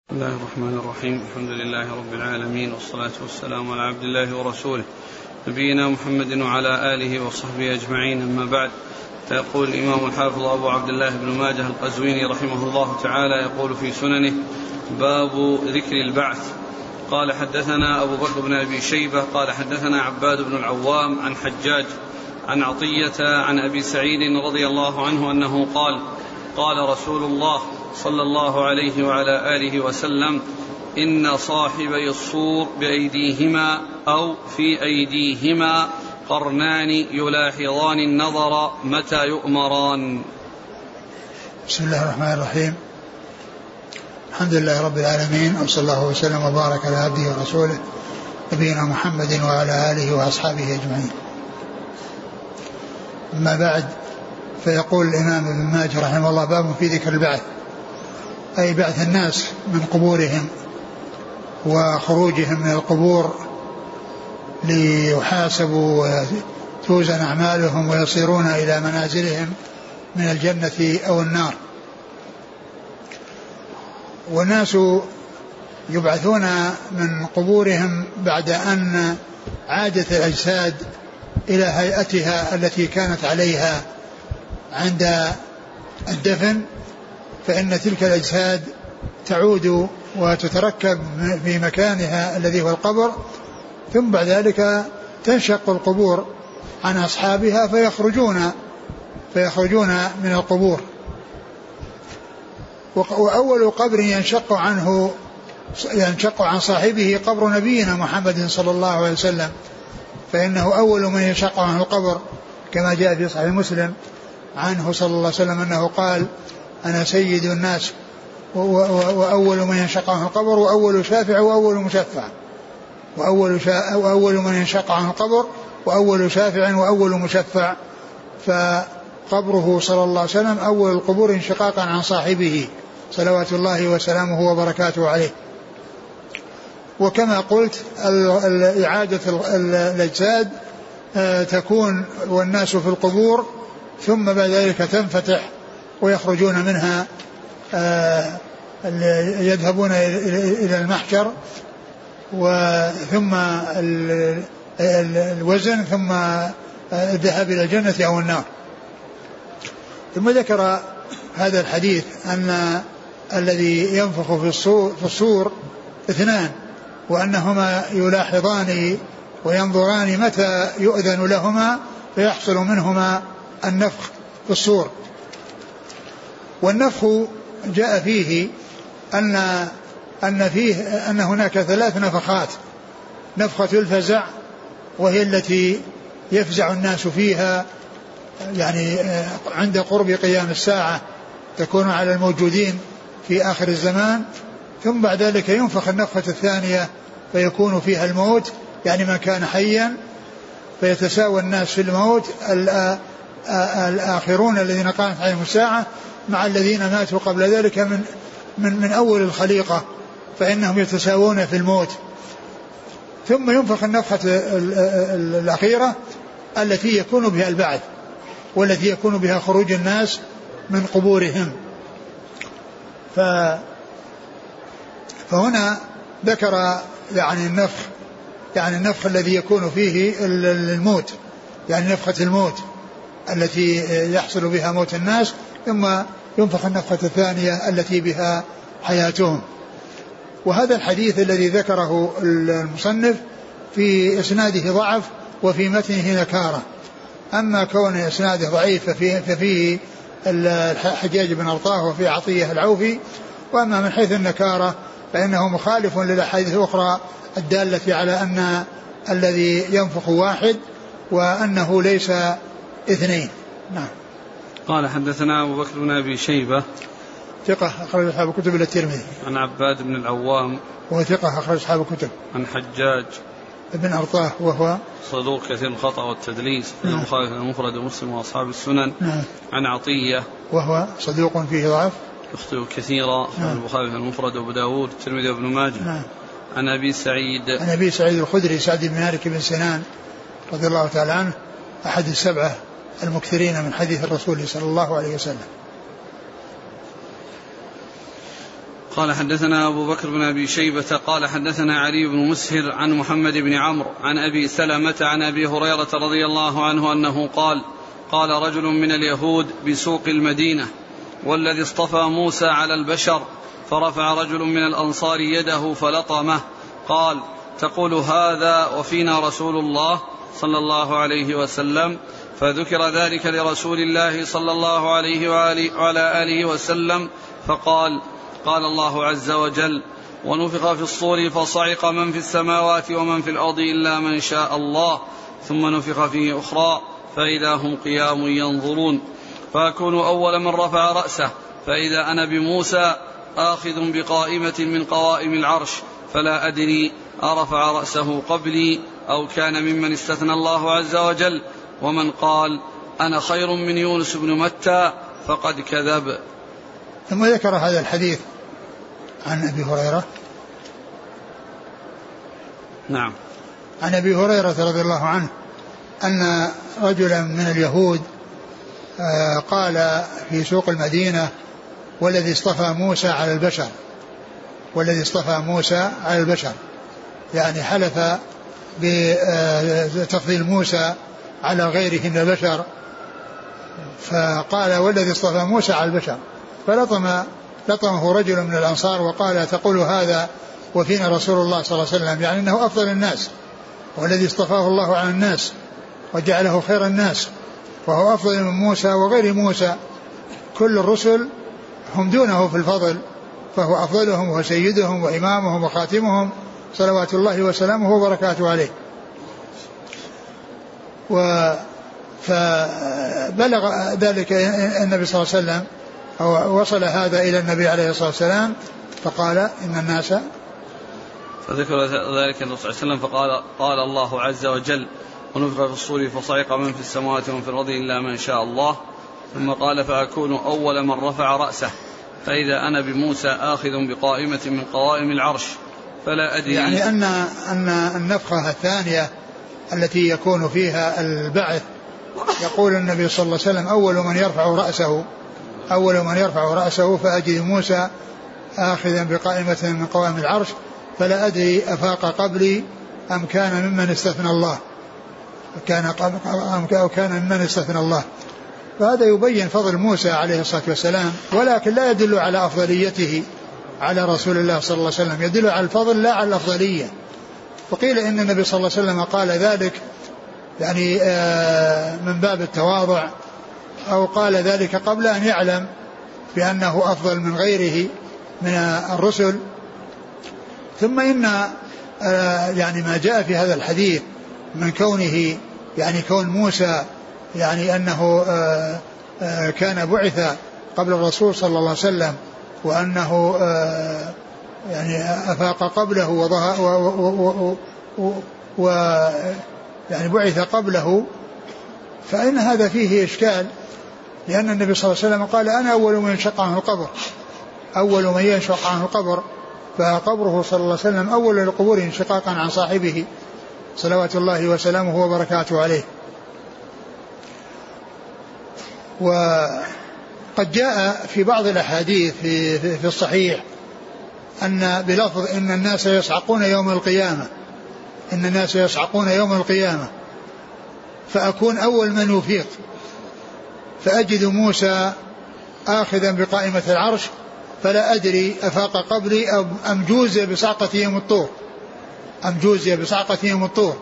بسم الله الرحمن الرحيم. الحمد لله رب العالمين، والصلاة والسلام على عبد الله ورسوله نبينا محمد وعلى آله وصحبه أجمعين، أما بعد. فيقول الإمام الحافظ أبو عبد الله بن ماجه القزويني رحمه الله تعالى يقول في سننه: باب ذكر البعث. قال: حدثنا أبو بكر بن أبي شيبة قال حدثنا عباد بن العوام عن حجاج عن عطية عن أبي سعيد رضي الله عنه أنه قال: قال رسول الله صلى الله عليه وعلى آله وسلم: إن صاحبي الصور بأيديهما أو في أيديهما قرنان يلاحظان النظر متى يؤمران. بسم الله الرحمن الرحيم. الحمد لله رب العالمين، وصلى الله وسلم وبارك على عبده ورسوله نبينا محمد وعلى آله وأصحابه أجمعين. أما بعد، فيقول الإمام ابن ماجه رحمه الله: باب في ذكر البعث، أي بعث الناس من قبورهم وخروجهم من القبور ليحاسبوا وتوزن أعمالهم ويصيرون إلى منازلهم من الجنة أو النار. والناس يبعثون من قبورهم بعد أن عادت الأجساد إلى هيئتها التي كانت عليها عند الدفن، فإن تلك الأجساد تعود وتتركب في مكانها الذي هو القبر، ثم بعد ذلك تنشق القبور عن أصحابها فيخرجون من القبور. وأول قبر ينشق عن صاحبه قبر نبينا محمد صلى الله عليه وسلم، فإنه أول من ينشق عنه القبر، كما جاء في صحيح مسلم عنه صلى الله عليه وسلم أنه قال: أنا سيد الناس وأول من ينشق عنه القبر وأول شافع وأول مشفع، وأول من ينشق عنه القبر وأول شافع وأول مشفع. فقبره صلى الله عليه وسلم أول القبور انشقاقا عن صاحبه صلوات الله وسلامه وبركاته عليه. وكما قلت، إعادة الأجساد تكون والناس في القبور، ثم بعد ذلك تنفتح ويخرجون منها، يذهبون إلى المحشر ثم الوزن، ثم الذهاب إلى الجنة أو النار. ثم ذكر هذا الحديث أن الذي ينفخ في الصور اثنان، وأنهما يلاحظان وينظران متى يؤذن لهما فيحصل منهما النفخ في الصور. والنفخ جاء فيه أن هناك 3 نفخات: نفخة الفزع، وهي التي يفزع الناس فيها، يعني عند قرب قيام الساعة تكون على الموجودين في آخر الزمان. ثم بعد ذلك ينفخ النفخة الثانية فيكون فيها الموت، يعني من كان حيا، فيتساوى الناس في الموت، الآخرون الذين قامت عليهم الساعة مع الذين ماتوا قبل ذلك من أول الخليقة، فإنهم يتساوون في الموت. ثم ينفخ النفخة الأخيرة التي يكون بها البعث، والتي يكون بها خروج الناس من قبورهم. فهنا ذكر يعني النفخ الذي يكون فيه الموت، يعني نفخة الموت التي يحصل بها موت الناس، ثم ينفخ النفخة الثانية التي بها حياتهم. وهذا الحديث الذي ذكره المصنف في إسناده ضعف وفي متنه نكارة. أما كون إسناده ضعيف ففيه الحجاج بن أرطاه وفي عطية العوفي. وأما من حيث النكارة فإنه مخالف للأحاديث الأخرى الدالة على أن الذي ينفخ واحد وأنه ليس 2. نعم. قال: حدثنا أبو بكر بن أبي شيبة ثقة أخرج أصحاب الكتب إلى الترمذي. عن عباد بن العوام وهو ثقة أخرج أصحاب الكتب. عن حجاج بن أرطاه وهو صدوق كثير الخطأ والتدليس، في البخاري المفرد ومسلم وأصحاب السنن. عن عطية وهو صدوق فيه ضعف يخطئ كثيرا، في البخاري المفرد وأبو داود والترمذي وابن ماجه. عن أبي سعيد الخدري سعد بن مالك بن سنان رضي الله تعالى عنه، أحد 7 المكثرين من حديث الرسول صلى الله عليه وسلم. قال حدثنا أبو بكر بن أبي شيبة قال حدثنا علي بن مسهر عن محمد بن عمرو عن أبي سلمة عن أبي هريرة رضي الله عنه أنه قال قال رجل من اليهود بسوق المدينة والذي اصطفى موسى على البشر، فرفع رجل من الأنصار يده فلطمه، قال تقول هذا وفينا رسول الله صلى الله عليه وسلم؟ فذكر ذلك لرسول الله صلى الله عليه وعلى آله وسلم فقال قال الله عز وجل ونفخ في الصور فصعق من في السماوات ومن في الأرض إلا من شاء الله ثم نفخ فيه أخرى فإذا هم قيام ينظرون، فأكون أول من رفع رأسه فإذا أنا بموسى آخذ بقائمة من قوائم العرش، فلا أدري أرفع رأسه قبلي أو كان ممن استثنى الله عز وجل، ومن قال أنا خير من يونس بن متى فقد كذب. ثم ذكر هذا الحديث عن أبي هريرة. نعم. عن أبي هريرة رضي الله عنه أن رجلا من اليهود قال في سوق المدينة والذي اصطفى موسى على البشر، والذي اصطفى موسى على البشر، يعني حلف بتفضيل موسى على غيره من البشر، فقال والذي اصطفى موسى على البشر، فلطمه رجل من الأنصار وقال تقول هذا وفينا رسول الله صلى الله عليه وسلم، يعني أنه أفضل الناس والذي اصطفاه الله على الناس وجعله خير الناس، وهو أفضل من موسى وغير موسى، كل الرسل هم دونه في الفضل، فهو أفضلهم وسيدهم وإمامهم وخاتمهم صلوات الله وسلامه وبركاته عليه. فبلغ ذلك النبي صلى الله عليه وسلم أو وصل هذا إلى النبي عليه الصلاة والسلام فقال إن الناس، فذكر ذلك النبي صلى الله عليه وسلم فقال قال الله عز وجل ونفخ في الصور فصعق من في السماوات ومن في الأرض إلا من شاء الله، ثم قال فأكون أول من رفع رأسه فإذا أنا بموسى آخذ بقائمة من قوائم العرش، فلا أدري. يعني أن النفخة الثانية التي يكون فيها البعث يقول النبي صلى الله عليه وسلم أول من يرفع رأسه فأجد موسى آخذا بقائمة من قوائم العرش، فلا أدري أفاق قبلي أم كان ممن استثنى الله، كان ممن استثنى الله. فهذا يبين فضل موسى عليه الصلاة والسلام، ولكن لا يدل على أفضليته على رسول الله صلى الله عليه وسلم، يدل على الفضل لا على الأفضلية. وقيل إن النبي صلى الله عليه وسلم قال ذلك يعني من باب التواضع، أو قال ذلك قبل أن يعلم بأنه أفضل من غيره من الرسل. ثم إن يعني ما جاء في هذا الحديث من كونه يعني كون موسى يعني أنه كان بعث قبل الرسول صلى الله عليه وسلم، وأنه يعني أفاق قبله يعني بعث قبله، فإن هذا فيه إشكال، لأن النبي صلى الله عليه وسلم قال أنا أول من ينشق عنه القبر، أول من ينشق عنه القبر، فقبره صلى الله عليه وسلم أول القبور انشقاقا عن صاحبه صلوات الله وسلامه وبركاته عليه. وقد جاء في بعض الأحاديث في الصحيح أن بلفظ إن الناس يصعقون يوم القيامة، إن الناس يصعقون يوم القيامة فأكون أول من يفيق، فأجد موسى آخذا بقائمة العرش، فلا أدري أفاق قبلي أم جوزي بصعقة يوم الطور،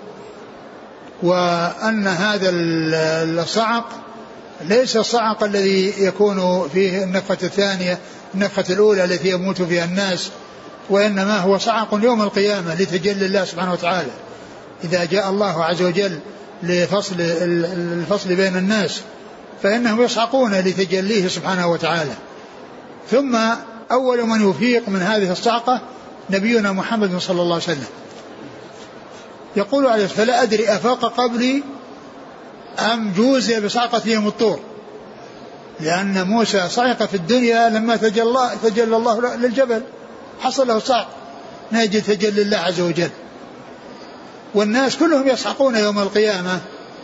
وأن هذا الصعق ليس الصعق الذي يكون فيه النفخة الثانية، النفخة الأولى التي يموت فيها الناس، وإنما هو صعق يوم القيامة لتجلي الله سبحانه وتعالى، إذا جاء الله عز وجل لفصل الفصل بين الناس فإنهم يصعقون لتجليه سبحانه وتعالى. ثم أول من يفيق من هذه الصعقة نبينا محمد صلى الله عليه وسلم، يقول عليه فلا أدري أفاق قبلي أم جوزي بصعقة يوم الطور، لأن موسى صعق في الدنيا لما تجلى الله للجبل، حصل له صعق نجد تجلي الله عز وجل، والناس كلهم يصعقون يوم القيامة،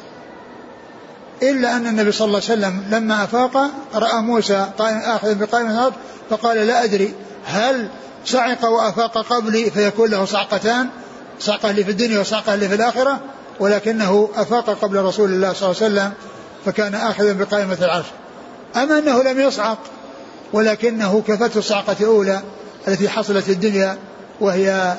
إلا أن النبي صلى الله عليه وسلم لما أفاق رأى موسى آخذ بقائمة الأرض فقال لا أدري هل صعق وأفاق قبلي فيكون له صعقتان، صعقة اللي في الدنيا وصعقة اللي في الآخرة، ولكنه أفاق قبل رسول الله صلى الله عليه وسلم فكان آخذا بقائمة العرش، أما أنه لم يصعق ولكنه كفته الصعقة الأولى التي حصلت في الدنيا وهي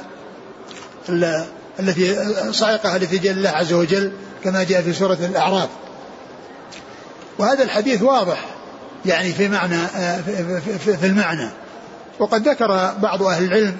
التي صعقها التي جل الله عز وجل كما جاء في سورة الأعراف. وهذا الحديث واضح يعني في معنى في المعنى. وقد ذكر بعض أهل العلم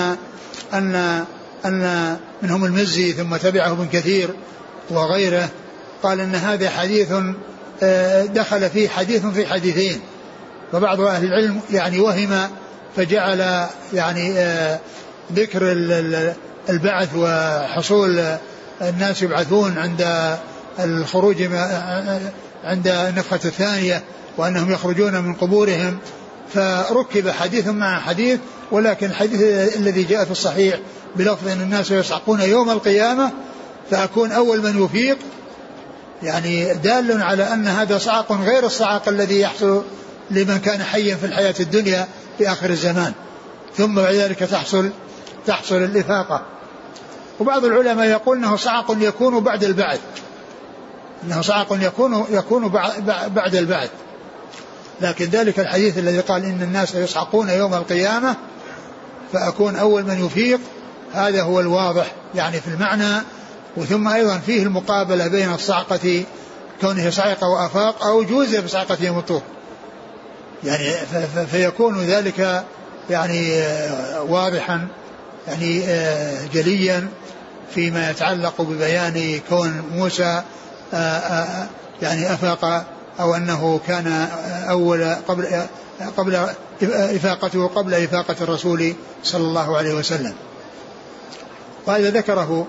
أن منهم المزي ثم تبعه ابن كثير وغيره قال أن هذا حديث دخل فيه حديث في حديثين، وبعض أهل العلم يعني وهم فجعل يعني ذكر البعث وحصول الناس يبعثون عند الخروج عند النفخة الثانية وأنهم يخرجون من قبورهم، فركب حديث مع حديث، ولكن الحديث الذي جاء في الصحيح بلفظ أن الناس يصعقون يوم القيامة فأكون أول من يفيق، يعني دال على أن هذا صعق غير الصعق الذي يحصل لمن كان حيا في الحياة الدنيا في آخر الزمان، ثم بعد ذلك تحصل الإفاقة. وبعض العلماء يقول أنه صعق يكون بعد البعث، أنه صعق يكون بعد البعث، لكن ذلك الحديث الذي قال إن الناس يصعقون يوم القيامة فأكون أول من يفيق هذا هو الواضح يعني في المعنى. وثم أيضا فيه المقابلة بين الصعقة كونه صعق وأفاق أو جوز بصعقة يوم الطور، يعني فيكون ذلك يعني واضحا يعني جليا فيما يتعلق ببيان كون موسى يعني أفاق أو أنه كان أول قبل إفاقته قبل إفاقة الرسول صلى الله عليه وسلم. وهذا ذكره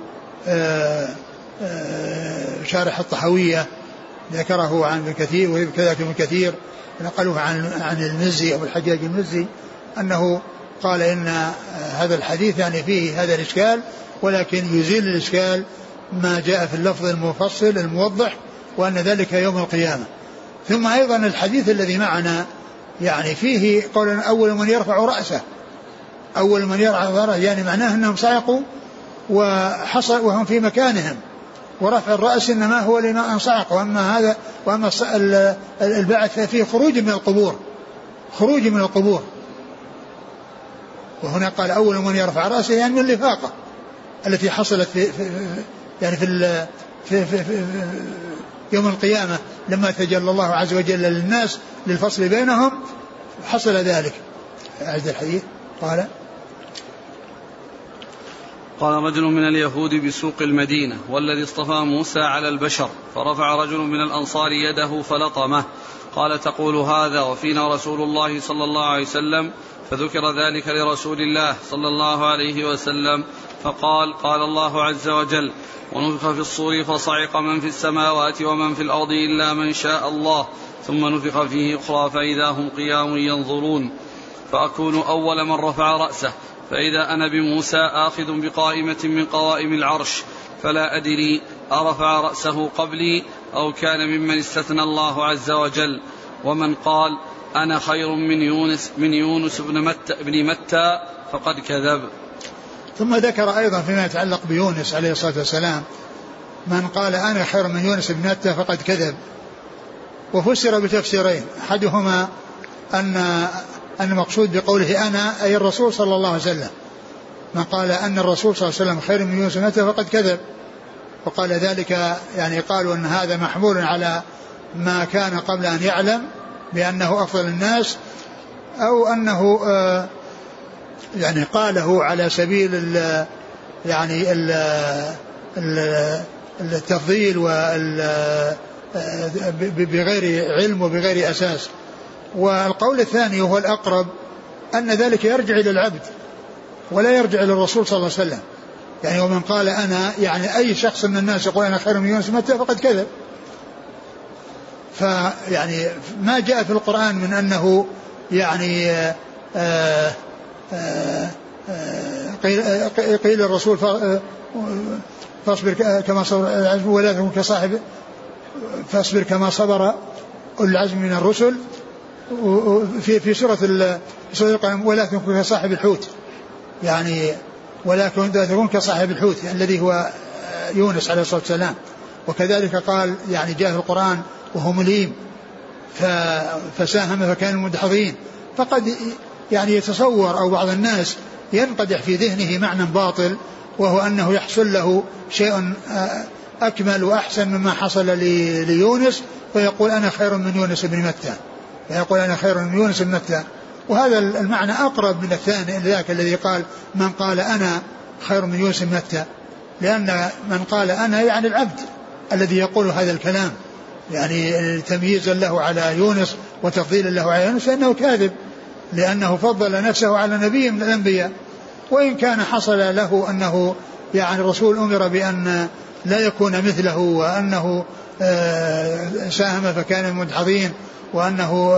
شارح الطحوية ذكره عن ابن كثير وكذلك ابن كثير نقلوه عن المزي أو الحجاج المزي أنه قال إن هذا الحديث يعني فيه هذا الإشكال، ولكن يزيل الإشكال ما جاء في اللفظ المفصل الموضح وأن ذلك يوم القيامة. ثم أيضا الحديث الذي معنا يعني فيه قول أول من يرفع رأسه، أول من يرفع رأسه يعني معناه أنهم صعقوا وحصل وهم في مكانهم، ورفع الرأس إنما هو لما صعق، وأما البعث فيه خروج من القبور، خروج من القبور. وهنا قال أول من يرفع رأسه يعني من الإفاقة التي حصلت في يوم القيامة لما تجلى الله عز وجل للناس للفصل بينهم حصل ذلك. أعد الحديث. قال رجل من اليهود بسوق المدينة والذي اصطفى موسى على البشر، فرفع رجل من الأنصار يده فلطمه، قال تقول هذا وفينا رسول الله صلى الله عليه وسلم؟ فذكر ذلك لرسول الله صلى الله عليه وسلم فقال قال الله عز وجل ونفخ في الصور فصعق من في السماوات ومن في الأرض إلا من شاء الله ثم نفخ فيه أخرى فإذا هم قيام ينظرون، فأكون أول من رفع رأسه، فإذا أنا بموسى آخذ بقائمة من قوائم العرش، فلا أدري أرفع رأسه قبلي أو كان ممن استثنى الله عز وجل. ومن قال أنا خير من يونس بن متى فقد كذب. ثم ذكر أيضا فيما يتعلق بيونس عليه الصلاة والسلام من قال أنا خير من يونس بن متى فقد كذب، وفسر بتفسيرين، أحدهما أن المقصود بقوله أنا أي الرسول صلى الله عليه وسلم، من قال أن الرسول صلى الله عليه وسلم خير من يونس بن متى فقد كذب، وقال ذلك يعني قالوا أن هذا محمول على ما كان قبل أن يعلم بأنه أفضل الناس، أو أنه يعني قاله على سبيل يعني التفضيل بغير علم وبغير أساس. والقول الثاني وهو الأقرب أن ذلك يرجع إلى العبد ولا يرجع إلى الرسول صلى الله عليه وسلم، يعني ومن قال أنا يعني أي شخص من الناس يقول أنا خير من يونس بن متى فقد كذب. فيعني ما جاء في القرآن من أنه يعني قيل الرسول فاصبر كما صبر العزم ولا تكن كصاحب فاصبر كما صبر العزم من الرسل ولا تكون كصاحب الحوت، يعني ولكن تكون كصاحب الحوت الذي هو يونس عليه الصلاة والسلام. وكذلك قال يعني جاء في القرآن وهو مليم فساهم فكان المدحضين. فقد يعني يتصور أو بعض الناس ينقدح في ذهنه معنى باطل، وهو أنه يحصل له شيء أكمل وأحسن مما حصل ليونس، فيقول أنا خير من يونس بن متى، فيقول أنا خير من يونس بن متى. وهذا المعنى أقرب من الثاني ذاك الذي قال من قال أنا خير من يونس بن متى، لأن من قال أنا يعني العبد الذي يقول هذا الكلام، يعني تمييزا له على يونس وتفضيلا له على يونس، فإنه كاذب، لأنه فضل نفسه على نبي من الأنبياء. وإن كان حصل له أنه يعني الرسول أمر بأن لا يكون مثله، وأنه ساهم فكان المدحضين، وأنه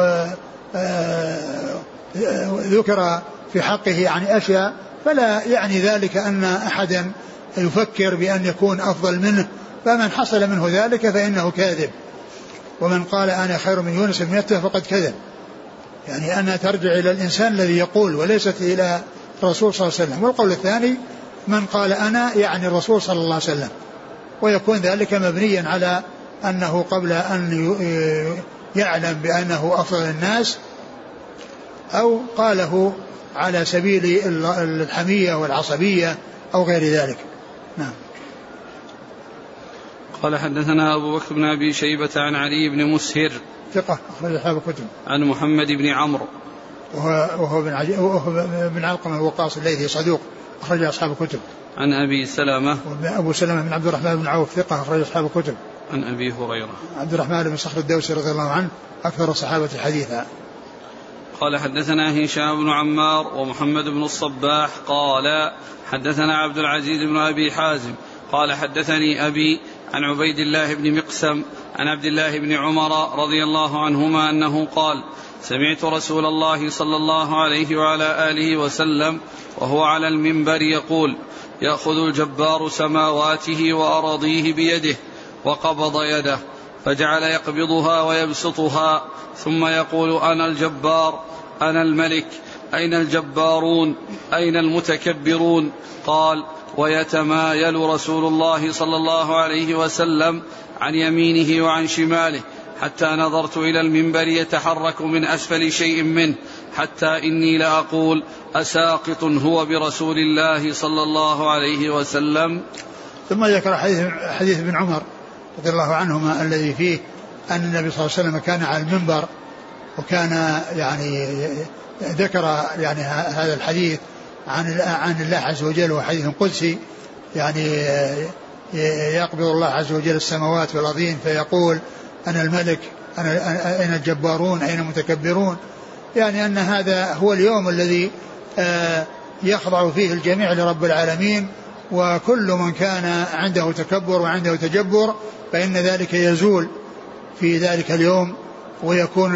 ذكر في حقه يعني أشياء، فلا يعني ذلك أن أحدا يفكر بأن يكون أفضل منه. فمن حصل منه ذلك فإنه كاذب. ومن قال أنا خير من يونس بن متى فقد كذب، يعني أنا ترجع إلى الإنسان الذي يقول وليست إلى الرسول صلى الله عليه وسلم. والقول الثاني من قال أنا يعني الرسول صلى الله عليه وسلم، ويكون ذلك مبنيا على أنه قبل أن يعلم بأنه أفضل الناس، أو قاله على سبيل الحمية والعصبية أو غير ذلك. نعم. قال حدثنا أبو بكر بن أبي شيبة عن علي بن مسهر ثقة أخرج أصحاب الكتب، عن محمد بن عمرو وهو بن علقمة الوقاص الليثي صدوق أخرج أصحاب الكتب، عن أبي سلمة أبو سلمة بن عبد الرحمن بن عوف ثقة أخرج أصحاب الكتب، عن أبي هريرة عبد الرحمن بن صخر الدوسي رضي الله عنه أكثر الصحابة حديثا. قال حدثنا هشام بن عمار ومحمد بن الصباح قال حدثنا عبد العزيز بن أبي حازم قال حدثني أبي عن عبيد الله بن مقسم عن عبد الله بن عمر رضي الله عنهما أنه قال سمعت رسول الله صلى الله عليه وعلى آله وسلم وهو على المنبر يقول يأخذ الجبار سماواته وأراضيه بيده وقبض يده فجعل يقبضها ويبسطها ثم يقول أنا الجبار أنا الملك أين الجبارون أين المتكبرون. قال ويتمايل رسول الله صلى الله عليه وسلم عن يمينه وعن شماله حتى نظرت إلى المنبر يتحرك من أسفل شيء منه حتى إني لأقول أساقط هو برسول الله صلى الله عليه وسلم. ثم ذكر حديث ابن عمر رضي الله عنهما الذي فيه أن النبي صلى الله عليه وسلم كان على المنبر، وكان يعني ذكر يعني هذا الحديث عن الله عز وجل، وحديث قدسي يعني يقبض الله عز وجل السماوات والأرضين فيقول أنا الملك أين الجبارون أين المتكبرون، يعني أن هذا هو اليوم الذي يخضع فيه الجميع لرب العالمين، وكل من كان عنده تكبر وعنده تجبر فإن ذلك يزول في ذلك اليوم، ويكون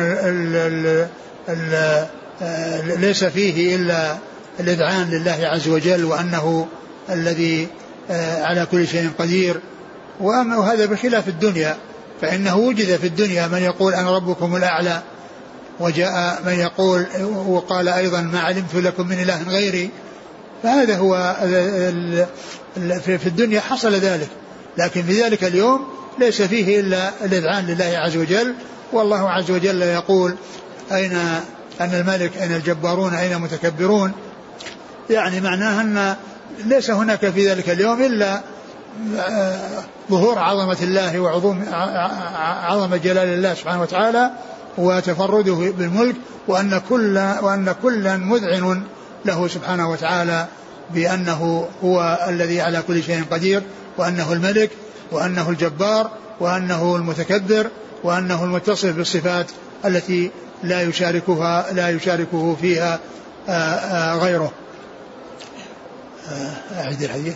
ليس فيه إلا الإذعان لله عز وجل وأنه الذي على كل شيء قدير. وهذا بخلاف الدنيا، فإنه وجد في الدنيا من يقول أنا ربكم الأعلى، وجاء من يقول وقال أيضا ما علمت لكم من إله غيري، فهذا هو في الدنيا حصل ذلك، لكن في ذلك اليوم ليس فيه إلا الإذعان لله عز وجل. والله عز وجل يقول أن الملك أين الجبارون أين المتكبرون، يعني معناها أن ليس هناك في ذلك اليوم إلا ظهور عظمة الله وعظوم عظمة جلال الله سبحانه وتعالى وتفرده بالملك، وأن كلا مذعن له سبحانه وتعالى بأنه هو الذي على كل شيء قدير، وأنه الملك وأنه الجبار وأنه المتكبر وأنه المتصف بالصفات التي لا يشاركه فيها غيره. أعيد الحديث.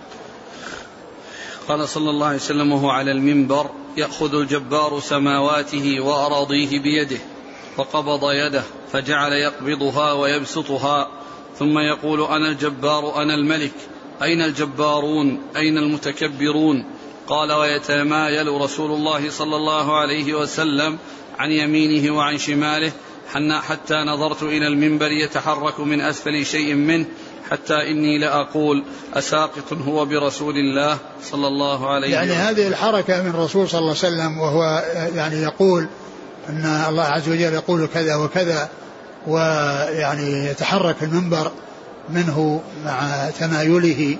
قال صلى الله عليه وسلم وهو على المنبر يأخذ الجبار سماواته وأراضيه بيده وقبض يده فجعل يقبضها ويبسطها ثم يقول أنا الجبار أنا الملك أين الجبارون أين المتكبرون. قال ويتمايل رسول الله صلى الله عليه وسلم عن يمينه وعن شماله حتى نظرت إلى المنبر يتحرك من أسفل شيء منه حتى إني لأقول أساقط هو برسول الله صلى الله عليه وسلم. يعني هذه الحركة من الرسول صلى الله عليه وسلم وهو يعني يقول أن الله عز وجل يقول كذا وكذا، ويعني يتحرك المنبر منه مع تمايله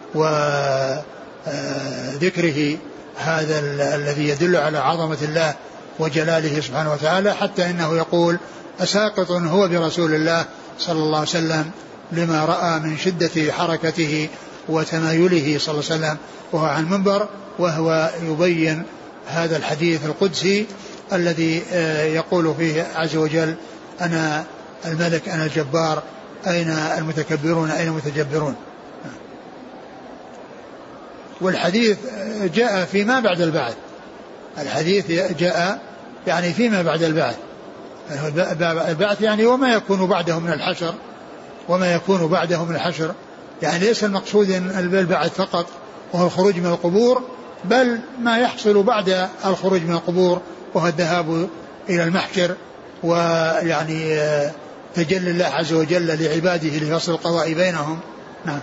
وذكره هذا الذي يدل على عظمة الله وجلاله سبحانه وتعالى، حتى إنه يقول أساقط هو برسول الله صلى الله عليه وسلم، لما رأى من شدة حركته وتمايله صلى الله عليه وسلم وهو على المنبر، وهو يبين هذا الحديث القدسي الذي يقول فيه عز وجل أنا الملك أنا الجبار أين المتكبرون أين المتجبرون. والحديث جاء فيما بعد البعث، الحديث جاء يعني فيما بعد البعث، البعث يعني وما يكون بعده من الحشر، وما يكون بعده من الحشر، يعني ليس المقصود البعث فقط وهو الخروج من القبور، بل ما يحصل بعد الخروج من القبور وهو الذهاب إلى المحشر، ويعني تجلي الله عز وجل لعباده لفصل القضاء بينهم. نعم.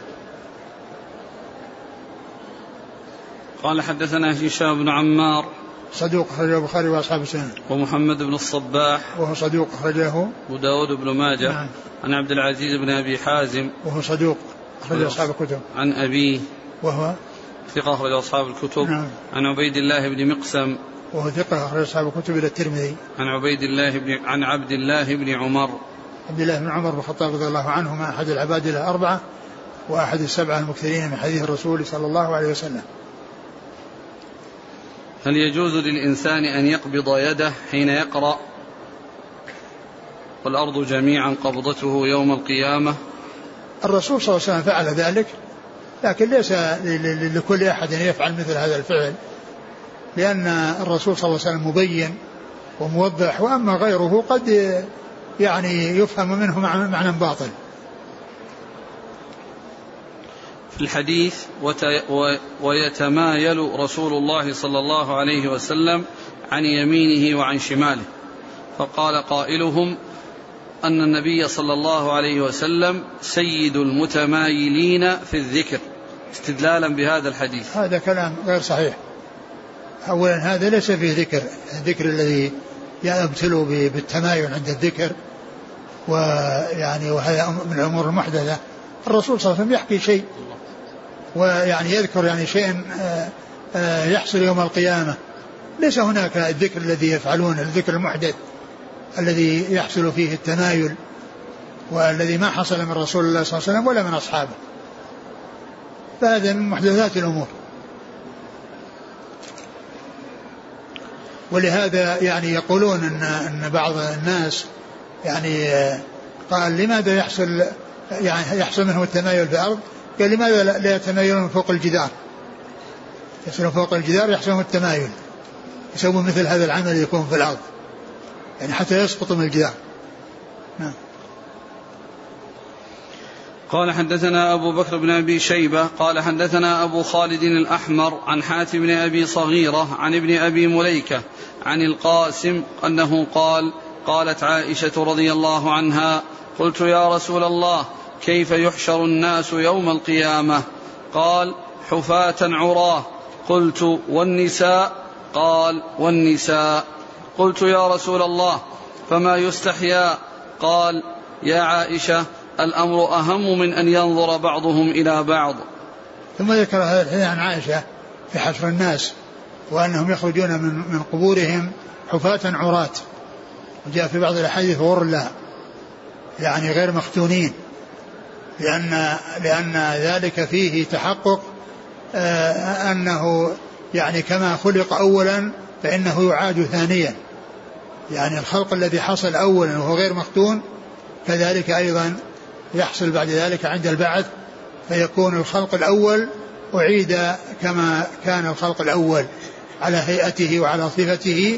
قال حدثنا هشام بن عمار صدوق أخرجه البخاري وأصحاب السنن. ومحمد بن الصباح وهو صدوق أخرجه أبو داود بن ماجه. نعم. عن عبد العزيز بن أبي حازم وهو صدوق أخرج أصحاب الكتب. عن أبيه وهو ثقة أخرج أصحاب الكتب. نعم. عن عبيد الله بن مقسم وهو ثقة أخرج أصحاب الكتب إلى الترمذي. عن عبد الله بن عمر. عبد الله بن عمر بن الخطاب رضي الله عنهما أحد العباد الأربعة وأحد السبعة المكثرين من حديث الرسول صلى الله عليه وسلم. هل يجوز للإنسان أن يقبض يده حين يقرأ والأرض جميعا قبضته يوم القيامة؟ الرسول صلى الله عليه وسلم فعل ذلك، لكن ليس لكل أحد أن يفعل مثل هذا الفعل، لأن الرسول صلى الله عليه وسلم مبين وموضح، وأما غيره قد يعني يفهم منه معنى باطل. في الحديث ويتمايل رسول الله صلى الله عليه وسلم عن يمينه وعن شماله، فقال قائلهم أن النبي صلى الله عليه وسلم سيد المتمايلين في الذكر، استدلالا بهذا الحديث. هذا كلام غير صحيح. أولا هذا ليس فيه ذكر، الذكر الذي يبتلوا بالتمايل عند الذكر، ويعني وهذا من الأمور المحدثة. الرسول صلى الله عليه وسلم يحكي شيء ويعني يذكر يعني شيء يحصل يوم القيامة، ليس هناك الذكر الذي يفعلون الذكر المحدث الذي يحصل فيه التمايل، والذي ما حصل من رسول الله صلى الله عليه وسلم ولا من أصحابه، فهذا من محدثات الأمور. ولهذا يعني يقولون أن بعض الناس يعني قال لماذا يحصل منه التمايل في الأرض؟ قال لماذا لا يتمايلون فوق الجدار؟ يصلون فوق الجدار يحصلون التمايل، يسوون مثل هذا العمل يكون في الأرض، يعني حتى يسقط من الجدار. نعم. قال حدثنا أبو بكر بن أبي شيبة قال حدثنا أبو خالد الأحمر عن حاتم بن أبي صغيرة عن ابن أبي مليكة عن القاسم أنه قال قالت عائشة رضي الله عنها قلت يا رسول الله كيف يحشر الناس يوم القيامة؟ قال حفاة عراه. قلت والنساء؟ قال والنساء. قلت يا رسول الله فما يستحيا؟ قال يا عائشة الأمر أهم من أن ينظر بعضهم إلى بعض. ثم ذكر هذا الحديث عن عائشة في حشر الناس وأنهم يخرجون من قبورهم حفاة عراة، وجاء في بعض الأحاديث غرلا يعني غير مختونين، لأن ذلك فيه تحقق أنه يعني كما خلق أولا فإنه يعاد ثانيا، يعني الخلق الذي حصل أولا وهو غير مختون كذلك أيضا يحصل بعد ذلك عند البعث، فيكون الخلق الأول أعيد كما كان الخلق الأول على هيئته وعلى صفته.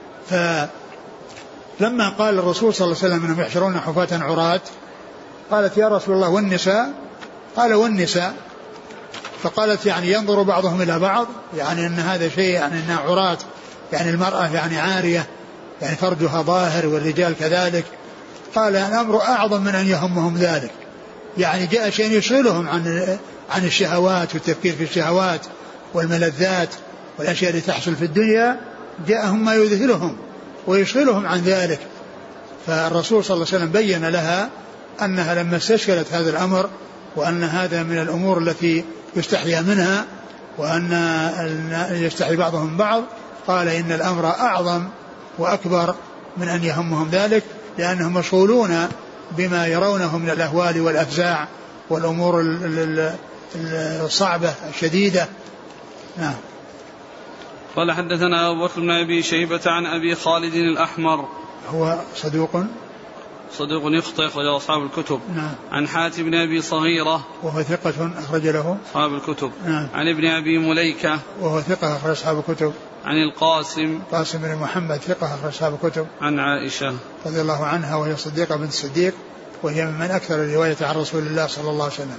فلما قال الرسول صلى الله عليه وسلم أنهم يحشرون حفاة عراة قالت يا رسول الله والنساء؟ قال والنساء. فقالت يعني ينظر بعضهم إلى بعض، يعني أن هذا شيء يعني أنها عراة، يعني المرأة يعني عارية يعني فرجها ظاهر والرجال كذلك. قال الأمر أعظم من أن يهمهم ذلك، يعني جاء شيء يشغلهم عن الشهوات والتفكير في الشهوات والملذات والأشياء اللي تحصل في الدنيا، جاءهم ما يذهلهم ويشغلهم عن ذلك. فالرسول صلى الله عليه وسلم بين لها أنها لما استشكلت هذا الأمر وأن هذا من الأمور التي يستحيا منها وأن يستحي بعضهم بعض، قال إن الأمر أعظم وأكبر من أن يهمهم ذلك، لأنهم مشغولون بما يرونه من الأهوال والأفزاع والأمور الصعبة الشديدة. نعم. قال حدثنا أبو بكر بن أبي شيبة عن أبي خالد الأحمر، هو صدوق يخطئ أخرج أصحاب الكتب. نعم. عن حاتم بن أبي صغيرة وهو ثقة أخرج له أصحاب الكتب. نعم. عن ابن أبي مليكة وهو ثقة أخرج أصحاب الكتب. عن القاسم بن محمد ثقة أخرج أصحاب الكتب. عن عائشة رضي الله عنها وهي صديقة بنت الصديق، وهي من أكثر الرواية عن رسول الله صلى الله عليه وسلم.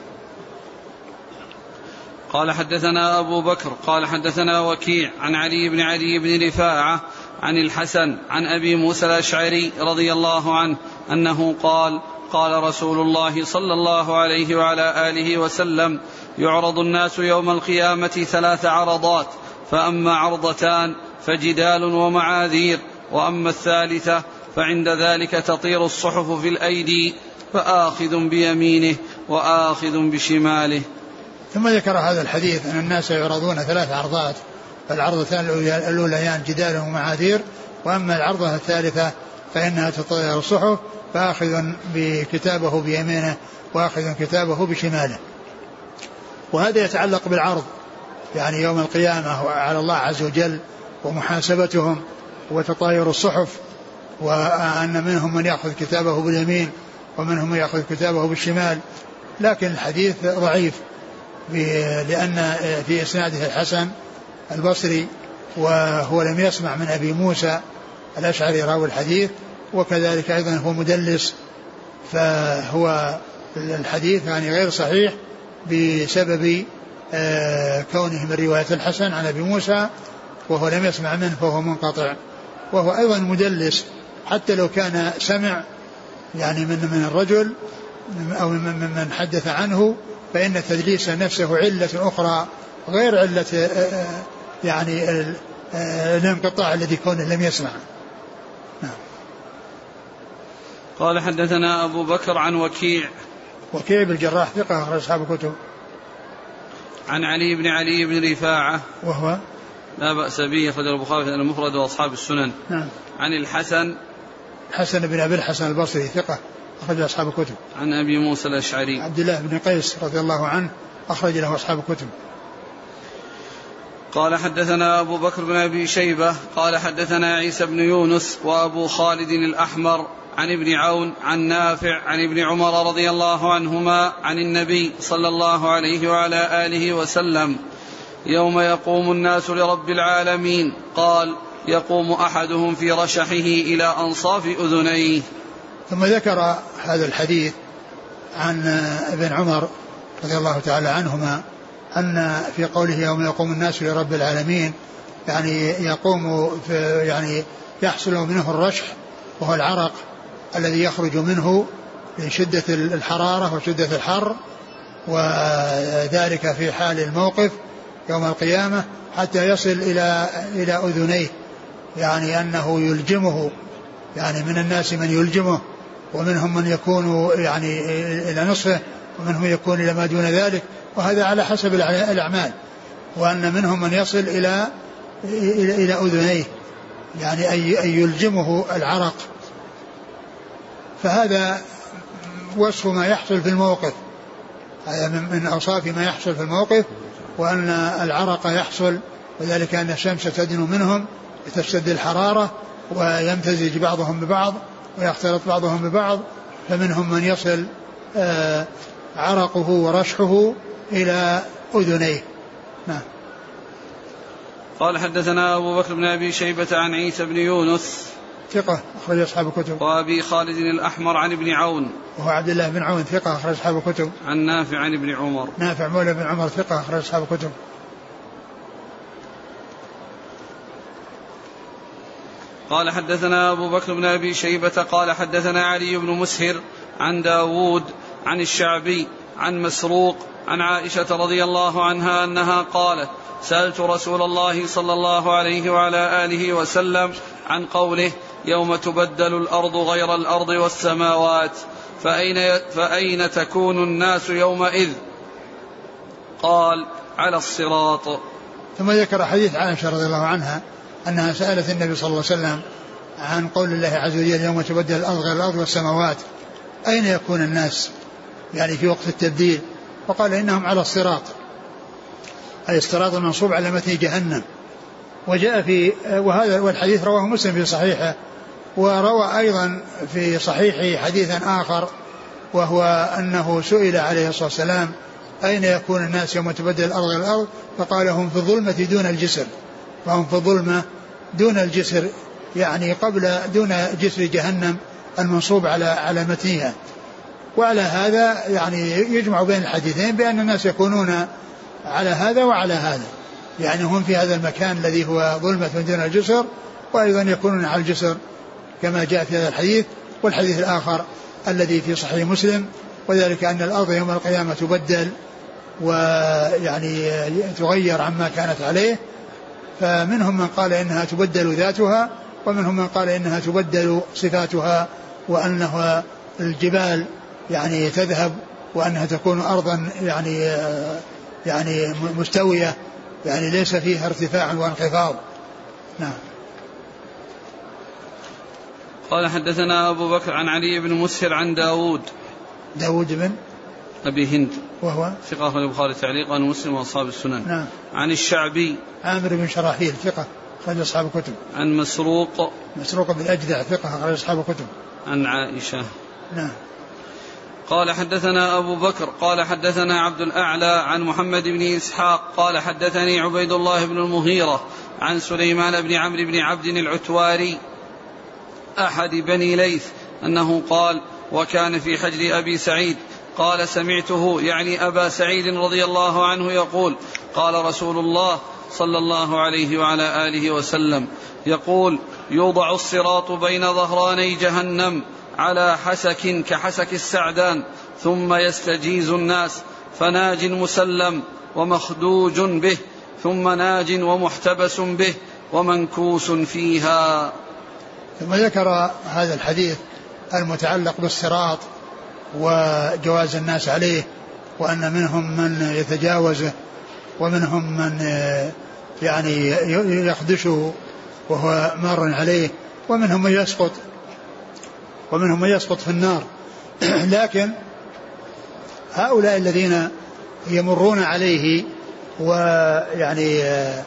قال حدثنا أبو بكر قال حدثنا وكيع عن علي بن رفاعة عن الحسن عن أبي موسى الأشعري رضي الله عنه أنه قال قال رسول الله صلى الله عليه وعلى آله وسلم يعرض الناس يوم القيامة 3 عرضات، فأما عرضتان فجدال ومعاذير، وأما الثالثة فعند ذلك تطير الصحف في الأيدي، فآخذ بيمينه وآخذ بشماله. ثم ذكر هذا الحديث أن الناس يعرضون 3 عرضات، فالعرضتان الأوليان جدال ومعاذير، وأما العرضة الثالثة فإنها تطير الصحف، فآخذ بكتابه بيمينه وآخذ كتابه بشماله. وهذا يتعلق بالعرض، يعني يوم القيامة على الله عز وجل ومحاسبتهم وتطاير الصحف، وأن منهم من يأخذ كتابه باليمين ومنهم من يأخذ كتابه بالشمال. لكن الحديث ضعيف لأن في إسناده الحسن البصري، وهو لم يسمع من أبي موسى الأشعري راوي الحديث، وكذلك أيضا هو مدلس، فهو الحديث يعني غير صحيح بسبب كونه من رواية الحسن عن أبي موسى وهو لم يسمع منه، فهو منقطع. وهو أيضا مدلس، حتى لو كان سمع يعني من الرجل أو من حدث عنه، فإن تدليس نفسه علة أخرى غير علة يعني الانقطاع الذي كونه لم يسمع. قال حدثنا أبو بكر عن وكيع بالجراح ثقة أخرج أصحاب الكتب. عن علي بن رفاعة وهو لا بأس به، أخرج البخاري في المفرد وأصحاب السنن. نعم. عن الحسن بن أبي الحسن البصري ثقة أخرج أصحاب الكتب. عن أبي موسى الأشعري عبد الله بن قيس رضي الله عنه أخرج له أصحاب الكتب. قال حدثنا أبو بكر بن أبي شيبة قال حدثنا عيسى بن يونس وأبو خالد الأحمر عن ابن عون عن نافع عن ابن عمر رضي الله عنهما عن النبي صلى الله عليه وعلى آله وسلم يوم يقوم الناس لرب العالمين قال يقوم أحدهم في رشحه إلى أنصاف أذنيه. ثم ذكر هذا الحديث عن ابن عمر رضي الله تعالى عنهما أن في قوله يوم يقوم الناس لرب العالمين، يعني يقوم يعني يحصل منه الرشح، وهو العرق الذي يخرج منه لشدة الحرارة وشدة الحر، وذلك في حال الموقف يوم القيامة حتى يصل إلى أذنيه، يعني أنه يلجمه، يعني من الناس من يلجمه، ومنهم من يكون يعني إلى نصفه، ومنهم يكون إلى ما دون ذلك، وهذا على حسب الأعمال، وأن منهم من يصل إلى أذنيه، يعني أن يلجمه العرق. فهذا وصف ما يحصل في الموقف، هذا من أوصاف ما يحصل في الموقف، وأن العرق يحصل، وذلك أن الشمس تدنو منهم لتشتد الحرارة ويمتزج بعضهم ببعض ويختلط بعضهم ببعض، فمنهم من يصل عرقه ورشحه إلى أذنيه. نعم. قال حدثنا أبو بكر بن أبي شيبة عن عيسى بن يونس ثقة أخرج أصحاب الكتب. وأبي خالد الأحمر عن ابن عون وهو عبد الله بن عون ثقة أخرج أصحاب الكتب. عن نافع عن ابن عمر نافع مولى بن عمر ثقة أخرج أصحاب الكتب. قال حدثنا أبو بكر بن أبي شيبة قال حدثنا علي بن مسهر عن داود عن الشعبي عن مسروق عن عائشة رضي الله عنها أنها قالت سألت رسول الله صلى الله عليه وعلى آله وسلم عن قوله يوم تبدل الأرض غير الأرض والسماوات فأين تكون الناس يومئذ؟ قال على الصراط. ثم ذكر حديث عائشة رضي الله عنها أنها سألت النبي صلى الله عليه وسلم عن قول الله عز وجل يوم تبدل الأرض غير الأرض والسماوات أين يكون الناس يعني في وقت التبديل؟ وقال إنهم على الصراط، أي الصراط المنصوب على متن جهنم. وجاء في وهذا والحديث رواه مسلم في صحيحه، وروى أيضا في صحيحه حديثا آخر وهو أنه سئل عليه الصلاة والسلام أين يكون الناس يوم تبدل الأرض غير الأرض؟ فقال هم في الظلمة دون الجسر، فهم في الظلمة دون الجسر، يعني دون جسر جهنم المنصوب على متنها. وعلى هذا يعني يجمع بين الحديثين بأن الناس يكونون على هذا وعلى هذا، يعني هم في هذا المكان الذي هو ظلمة دون الجسر، وأيضا يكونون على الجسر كما جاء في هذا الحديث. والحديث الآخر الذي في صحيح مسلم وذلك أن الأرض يوم القيامة تبدل ويعني تغير عما كانت عليه، فمنهم من قال إنها تبدل ذاتها، ومنهم من قال إنها تبدل صفاتها، وأنها الجبال يعني تذهب، وأنها تكون أرضا يعني مستوية، يعني ليس فيها ارتفاع وانخفاض. نعم. قال حدثنا أبو بكر عن علي بن مسهر عن داود بن أبي هند وهو ثقة أخرج البخاري تعليقا ومسلم وأصحاب السنن. نعم. عن الشعبي عامر بن شراحيل ثقة أخرج أصحاب الكتب. عن مسروق بن أجدع ثقة أخرج أصحاب الكتب. عن عائشة. نعم. قال حدثنا أبو بكر قال حدثنا عبد الأعلى عن محمد بن إسحاق قال حدثني عبيد الله بن المغيرة عن سليمان بن عمرو بن عبد العتواري أحد بني ليث أنه قال وكان في حجر أبي سعيد قال سمعته يعني أبا سعيد رضي الله عنه يقول قال رسول الله صلى الله عليه وعلى آله وسلم يقول يوضع الصراط بين ظهراني جهنم على حسك كحسك السعدان ثم يستجيز الناس فناج مسلم ومخدوج به ثم ناج ومحتبس به ومنكوس فيها. ثم ذكر هذا الحديث المتعلق بالصراط وجواز الناس عليه، وأن منهم من يتجاوزه ومنهم من يعني يخدشه وهو مار عليه، ومنهم من يسقط في النار. لكن هؤلاء الذين يمرون عليه ويعني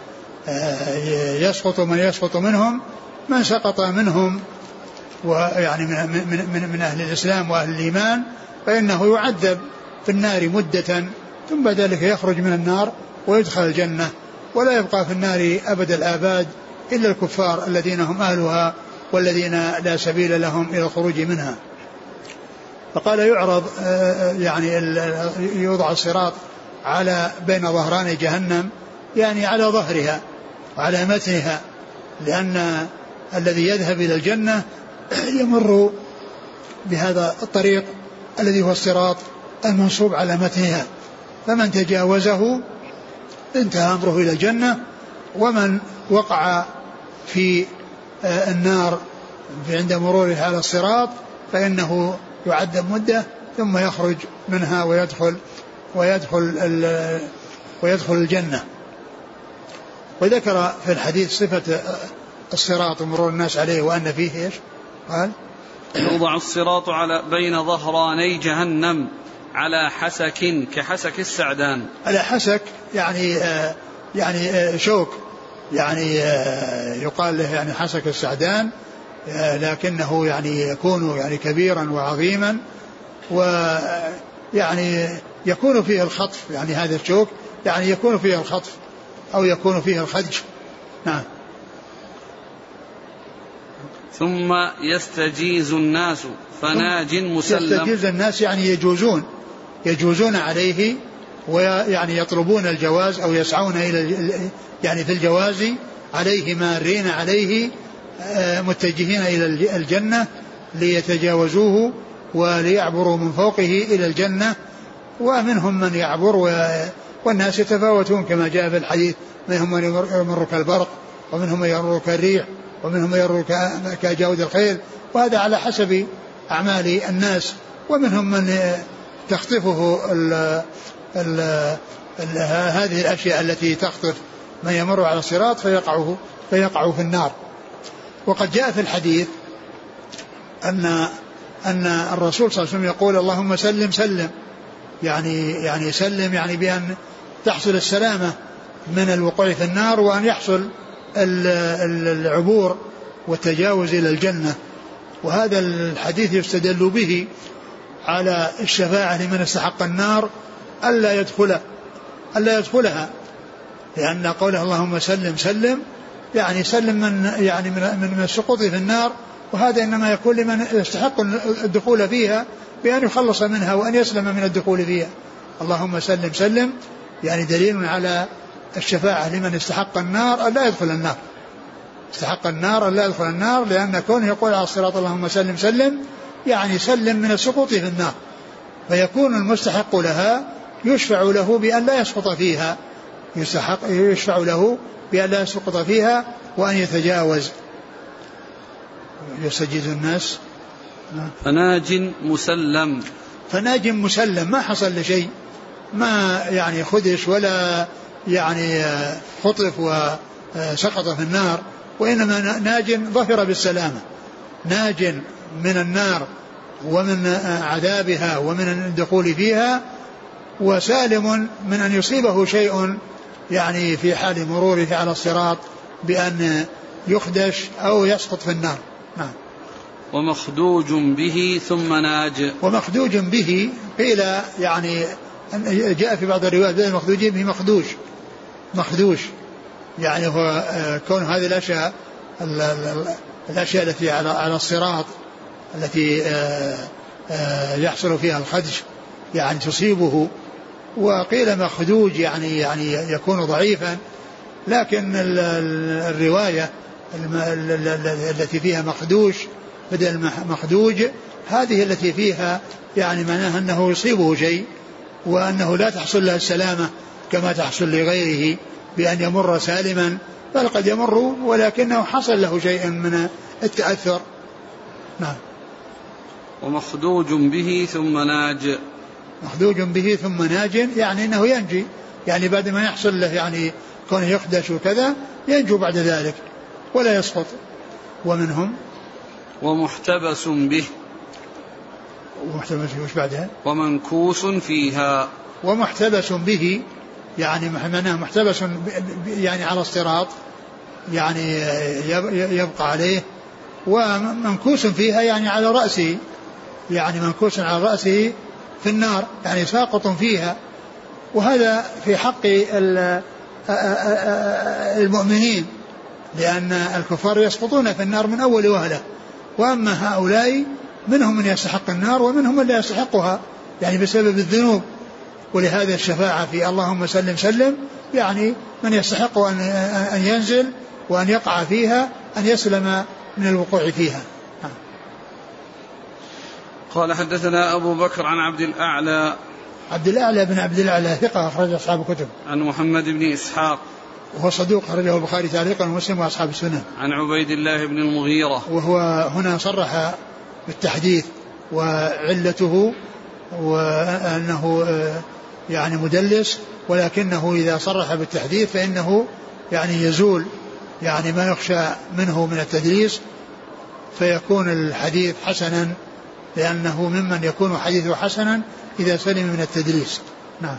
يسقط من يسقط منهم، من سقط منهم ويعني من أهل الإسلام وأهل الإيمان فإنه يعذب في النار مدة ثم بعد ذلك يخرج من النار ويدخل الجنة، ولا يبقى في النار أبد الآباد إلا الكفار الذين هم أهلها والذين لا سبيل لهم إلى الخروج منها. فقال يعرض يعني يوضع الصراط على بين ظهران جهنم، يعني على ظهرها وعلى متنها، لأن الذي يذهب إلى الجنة يمر بهذا الطريق الذي هو الصراط المنصوب على متنها، فمن تجاوزه انتهى أمره إلى الجنة، ومن وقع في النار عند مروره على الصراط فإنه يعذب مدة ثم يخرج منها ويدخل الجنة. وذكر في الحديث صفة الصراط ومرور الناس عليه وأن فيه إيش؟ قال يوضع الصراط على بين ظهراني جهنم على حسك كحسك السعدان. على حسك يعني شوك، يعني يقال له يعني حسك السعدان، لكنه يعني يكون يعني كبيرا وعظيما، ويعني يكون فيه الخطف، يعني هذا الشوك يعني يكون فيه الخطف أو يكون فيه الخدج. نعم. ثم يستجيز الناس فناج مسلم. يستجيز الناس يعني يجوزون عليه، ويعني يطلبون الجواز أو يسعون إلى يعني في الجواز عليه، مارين عليه متجهين إلى الجنة ليتجاوزوه وليعبروا من فوقه إلى الجنة، ومنهم من يعبر والناس يتفاوتون كما جاء في الحديث، منهم من يمر كالبرق، ومنهم من يمر كالريح، ومنهم من يمر كجود الخيل، وهذا على حسب أعمال الناس. ومنهم من تخطفه هذه الأشياء التي تخطف من يمر على الصراط فيقع في النار. وقد جاء في الحديث أن الرسول صلى الله عليه وسلم يقول اللهم سلم سلم، يعني سلم يعني بأن تحصل السلامة من الوقوع في النار، وأن يحصل العبور والتجاوز إلى الجنة. وهذا الحديث يستدل به على الشفاعة لمن استحق النار ألا يدخلها، لأن قوله اللهم سلم سلم يعني سلم من السقوط في النار، وهذا إنما يكون لمن يستحق الدخول فيها بأن يخلص منها وأن يسلم من الدخول فيها. اللهم سلم سلم يعني دليل على الشفاعة لمن استحق النار ألا يدخل النار، استحق النار ألا يدخل النار، لأن كونه يقول على الصراط اللهم سلم سلم يعني سلم من السقوط في النار، فيكون المستحق لها يشفع له بأن لا يسقط فيها، يشفع له بأن لا يسقط فيها وأن يتجاوز. يسجد الناس. فناج مسلم ما حصل لشيء، ما يعني خدش ولا يعني خطف وسقط في النار، وإنما ناج ظفر بالسلامة، ناج من النار ومن عذابها ومن الدخول فيها، وسالم من أن يصيبه شيء يعني في حال مروره على الصراط بأن يخدش أو يسقط في النار. نعم. ومخدوج به ثم ناج. ومخدوج به قيل يعني جاء في بعض الروايات مخدوج به مخدوش يعني هو كون هذه الأشياء التي على الصراط التي يحصل فيها الخدش يعني تصيبه. وقيل مخدوج يعني يكون ضعيفا، لكن الرواية التي فيها مخدوش بدل مخدوج هذه التي فيها يعني معناها أنه يصيبه شيء، وأنه لا تحصل له السلامة كما تحصل لغيره بأن يمر سالما، بل قد يمر ولكنه حصل له شيء من التأثر. نعم. ومخدوج به ثم ناج. مخدوج به ثم ناج يعني أنه ينجي، يعني بعد ما يحصل له يعني كونه يخدش وكذا ينجو بعد ذلك ولا يسقط. ومنهم ومحتبس به. ومحتبس وش بعدها؟ ومنكوس فيها. ومحتبس به يعني معناه محتبس يعني على الصراط يعني يبقى عليه، ومنكوس فيها يعني على رأسه، يعني منكوس على رأسه في النار يعني ساقط فيها. وهذا في حق المؤمنين، لأن الكفار يسقطون في النار من أول وهلة، وأما هؤلاء منهم من يستحق النار ومنهم من لا يستحقها يعني بسبب الذنوب. ولهذا الشفاعة في اللهم سلم سلم يعني من يستحق أن ينزل وأن يقع فيها أن يسلم من الوقوع فيها. قال حدثنا أبو بكر عن عبد الأعلى بن عبد الأعلى ثقة أخرج أصحاب الكتب. عن محمد بن إسحاق وهو صدوق أخرجه البخاري تعليقا ومسلم وأصحاب السنن. عن عبيد الله بن المغيرة وهو هنا صرح بالتحديث وعلته وأنه يعني مدلس، ولكنه إذا صرح بالتحديث فإنه يعني يزول يعني ما يخشى منه من التدليس، فيكون الحديث حسنا، لأنه ممن يكون حديثه حسنا إذا سلم من التدليس. نعم.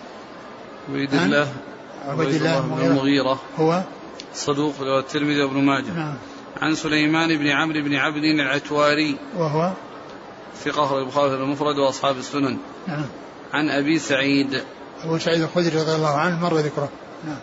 عبيد الله بن المغيرة هو صدوق له الترمذي وابن ماجه. نعم. عن سليمان بن عمرو بن عبد العتواري وهو ثقة البخاري المفرد وأصحاب السنن. نعم. عن أبي سعيد أبو سعيد الخدري رضي الله عنه مر ذكره. نعم.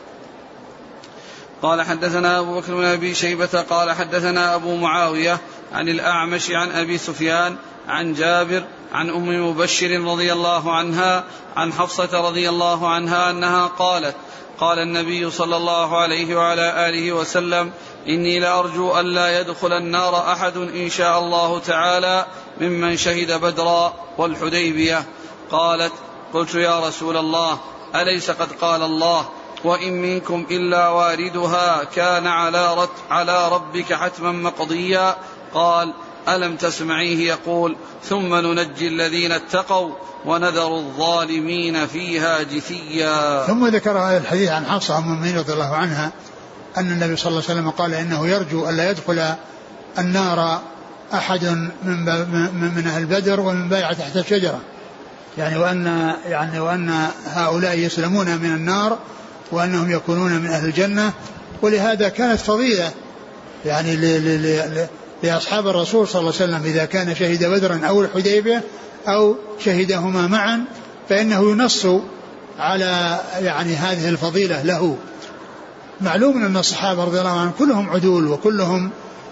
قال حدثنا أبو بكر بن أبي شيبة قال حدثنا أبو معاوية عن الأعمش عن أبي سفيان عن جابر عن أم مبشر رضي الله عنها عن حفصة رضي الله عنها أنها قالت قال النبي صلى الله عليه وعلى آله وسلم إني لأرجو أن لا يدخل النار أحد إن شاء الله تعالى ممن شهد بدرا والحديبية. قالت قلت يا رسول الله أليس قد قال الله وإن منكم إلا واردها كان على ربك حتما مقضيا؟ قال ألم تسمعيه يقول ثم ننجي الذين اتقوا ونذر الظالمين فيها جثيا. ثم ذكر هذا الحديث عن حفصة أم المؤمنين رضي الله عنها أن النبي صلى الله عليه وسلم قال إنه يرجو ألا يدخل النار أحد من أهل بدر ومن بايع تحت الشجرة، يعني وأن هؤلاء يسلمون من النار وأنهم يكونون من أهل الجنة. ولهذا كانت فضيلة يعني لأصحاب الرسول صلى الله عليه وسلم إذا كان شهد بدرا أو الحديبية أو شهدهما معا فإنه ينص على يعني هذه الفضيلة له. معلوم أن الصحابة رضي الله عنهم كلهم عدول وكلهم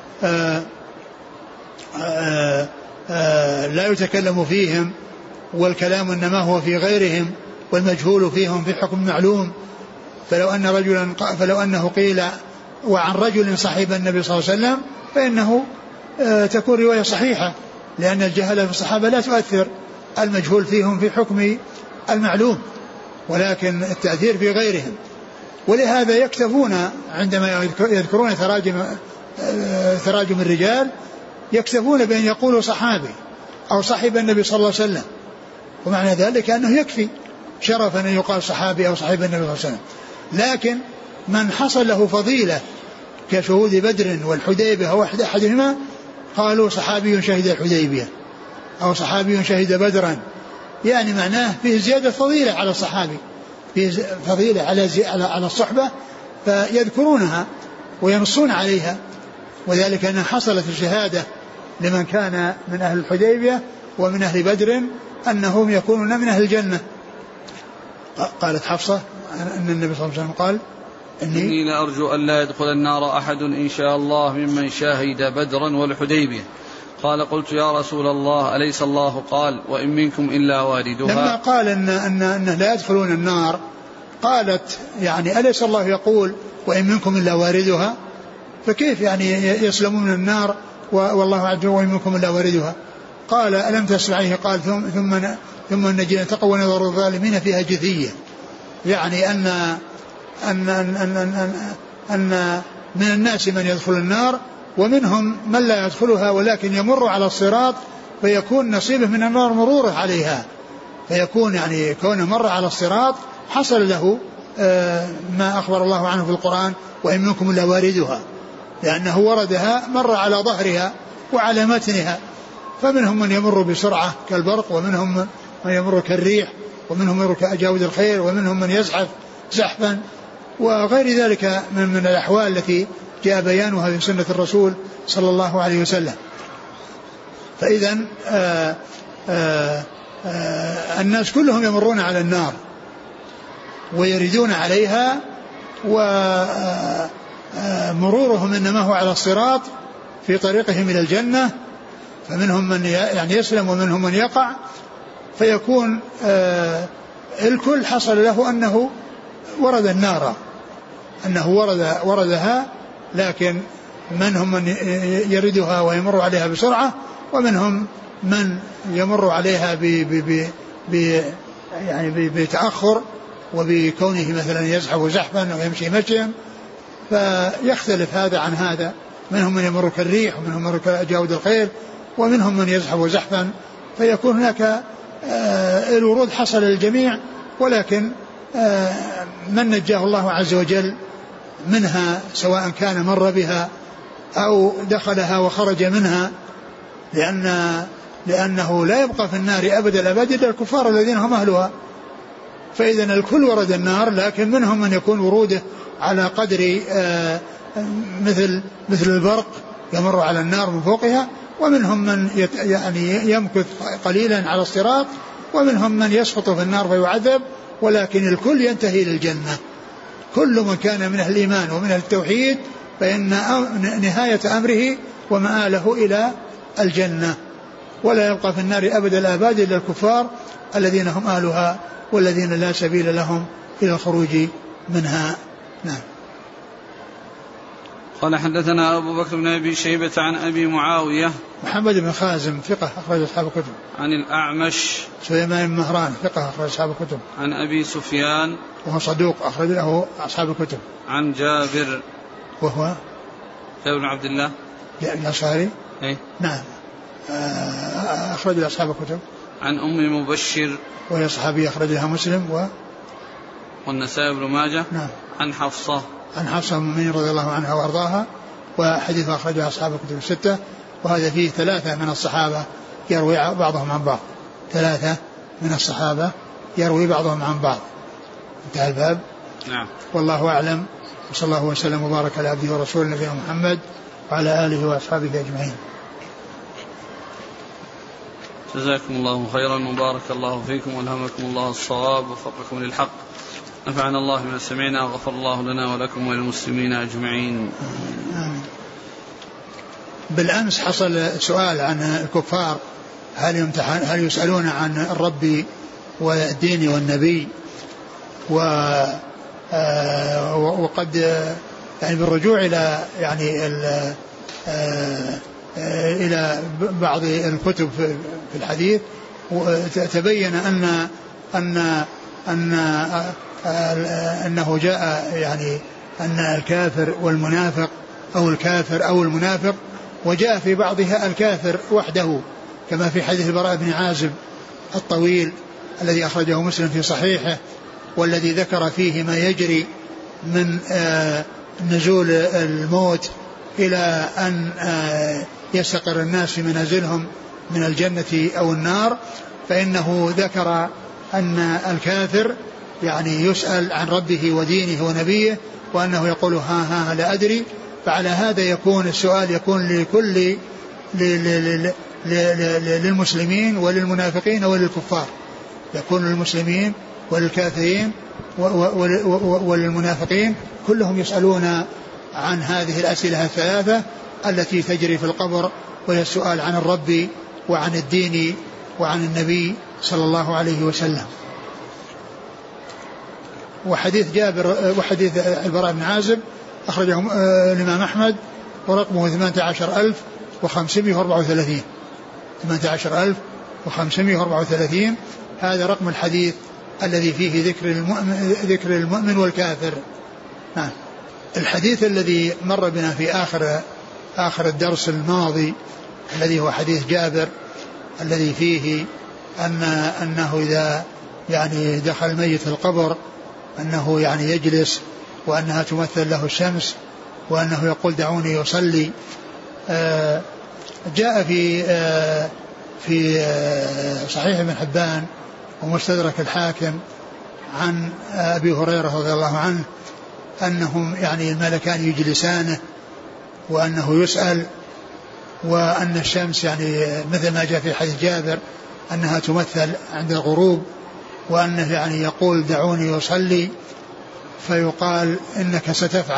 لا يتكلم فيهم، والكلام إنما هو في غيرهم، والمجهول فيهم في حكم معلوم. فلو أنه قيل وعن رجل صحيب النبي صلى الله عليه وسلم فإنه تكون رواية صحيحة، لأن الجهالة في الصحابة لا تؤثر، المجهول فيهم في حكم المعلوم، ولكن التأثير في غيرهم. ولهذا يكتفون عندما يذكرون تراجم الرجال يكتفون بأن يقولوا صحابي أو صاحب النبي صلى الله عليه وسلم، ومعنى ذلك أنه يكفي شرفا أن يقال صحابي أو صاحب النبي صلى الله عليه وسلم. لكن من حصل له فضيلة كشهود بدر والحديبية أو أحدهما قالوا صحابي شهد الحديبية أو صحابي شهد بدرا، يعني معناه فيه زيادة فضيلة على الصحابي، فيه فضيلة على الصحبة، فيذكرونها وينصون عليها، وذلك أنها حصلت الشهادة لمن كان من أهل الحديبية ومن أهل بدر أنهم يكونون من أهل الجنة. قالت حفصة أن النبي صلى الله عليه وسلم قال إني لأرجو أن لا يدخل النار أحد إن شاء الله ممن شاهد بدرا والحديبية. قال قلت يا رسول الله أليس الله قال وإن منكم إلا واردها؟ لما قال أن لا يدخلون النار قالت يعني أليس الله يقول وإن منكم إلا واردها؟ فكيف يعني يسلمون من النار والله عز وجل وإن منكم إلا واردها؟ قال ألم تسمعيه قال ثم نجي اتقوا ونذر الظالمين فيها جثية، يعني أن من الناس من يدخل النار ومنهم من لا يدخلها ولكن يمر على الصراط فيكون نصيبه من النار مروره عليها، فيكون يعني كونه مر على الصراط حصل له ما أخبر الله عنه في القرآن وإن منكم إلا واردها، لأنه وردها مر على ظهرها وعلى متنها، فمنهم من يمر بسرعة كالبرق ومنهم من يمر كالريح ومنهم من يمر كأجاود الخير ومنهم من يزحف زحفا وغير ذلك من الأحوال التي جاء بيانها في سنة الرسول صلى الله عليه وسلم. فإذا الناس كلهم يمرون على النار ويردون عليها، ومرورهم إنما هو على الصراط في طريقهم إلى الجنة، فمنهم من يعني يسلم ومنهم من يقع، فيكون الكل حصل له أنه ورد النار، أنه وردها، لكن منهم من يردها ويمر عليها بسرعة ومنهم من يمر عليها يعني بتأخر وبكونه مثلا يزحف زحفا أو يمشي مشيا، فيختلف هذا عن هذا، منهم من يمر كالريح ومنهم من يمر كأجاود الخير ومنهم من يزحف زحفا، فيكون هناك الورود حصل للجميع، ولكن من نجاه الله عز وجل منها سواء كان مر بها أو دخلها وخرج منها، لأنه لا يبقى في النار أبدا الأبد إلا الكفار الذين هم أهلها. فإذا الكل ورد النار، لكن منهم من يكون وروده على قدر مثل البرق يمر على النار من فوقها، ومنهم من يعني يمكث قليلا على الصراط، ومنهم من يسقط في النار فيعذب، ولكن الكل ينتهي للجنة. كل من كان من أهل الإيمان ومن أهل التوحيد فإن نهاية أمره ومآله إلى الجنة، ولا يبقى في النار أبد الآباد إلا الكفار الذين هم أهلها والذين لا سبيل لهم إلى الخروج منها. نعم. قال حدثنا أبو بكر بن أبي شيبة عن أبي معاوية محمد بن خازم ثقة أخرج أصحاب الكتب. عن الأعمش سليمان بن مهران ثقة أخرج أصحاب الكتب. عن أبي سفيان وهو صدوق أخرج له أصحاب الكتب. عن جابر وهو جابر بن عبد الله الأنصاري. نعم أخرج أصحاب الكتب. عن أم مبشر وهي صحابية أخرج لها مسلم والنسائي بن ماجه. نعم. عن حفصة أم المؤمنين رضي الله عنها وأرضاها، وحديث أخرجها أصحاب الكتب الستة. وهذا فيه 3 من الصحابة يروي بعضهم عن بعض، 3 من الصحابة يروي بعضهم عن بعض. انتهى الباب. نعم. والله أعلم، وصلى الله وسلم وبارك على عبده ورسوله نبينا محمد وعلى آله وأصحابه أجمعين. جزاكم الله خيرا وبارك الله فيكم والهمكم الله الصواب ووفقكم للحق. نفعنا الله بما سمعنا وغفر الله لنا ولكم وللمسلمين أجمعين. بالأمس حصل سؤال عن الكفار هل يسألون عن الرب والدين والنبي، وقد يعني بالرجوع إلى يعني إلى بعض الكتب في الحديث تبين أنه جاء يعني أن الكافر والمنافق أو الكافر أو المنافق، وجاء في بعضها الكافر وحده كما في حديث البراء بن عازب الطويل الذي أخرجه مسلم في صحيحه، والذي ذكر فيه ما يجري من نزول الموت إلى أن يستقر الناس في منازلهم من الجنة أو النار. فإنه ذكر أن الكافر يعني يسأل عن ربه ودينه ونبيه، وأنه يقول ها لا أدري. فعلى هذا يكون السؤال يكون لكل للمسلمين وللمنافقين وللكفار، يكون للمسلمين وللكافرين وللمنافقين، كلهم يسألون عن هذه الأسئلة الثلاثة التي تجري في القبر، وهي السؤال عن الرب وعن الدين وعن النبي صلى الله عليه وسلم. وحديث جابر وحديث البراء بن عازب أخرجه الإمام أحمد ورقمه 18534 18534. هذا رقم الحديث الذي فيه ذكر المؤمن والكافر. الحديث الذي مر بنا في آخر الدرس الماضي الذي هو حديث جابر الذي فيه أنه إذا يعني دخل الميت القبر أنه يعني يجلس، وأنها تمثل له الشمس، وأنه يقول دعوني يصلي. جاء في صحيح ابن حبان ومستدرك الحاكم عن أبي هريرة رضي الله عنه أنهم يعني الملكان يجلسانه، وأنه يسأل، وأن الشمس يعني مثل ما جاء في حديث جابر أنها تمثل عند الغروب، وأنه يعني يقول دعوني يصلي، فيقال إنك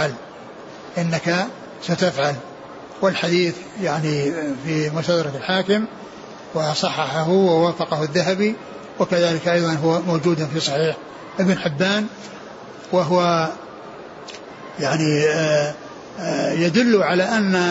ستفعل. والحديث يعني في مستدرك الحاكم وصححه ووافقه الذهبي، وكذلك أيضا هو موجود في صحيح ابن حبان، وهو يعني يدل على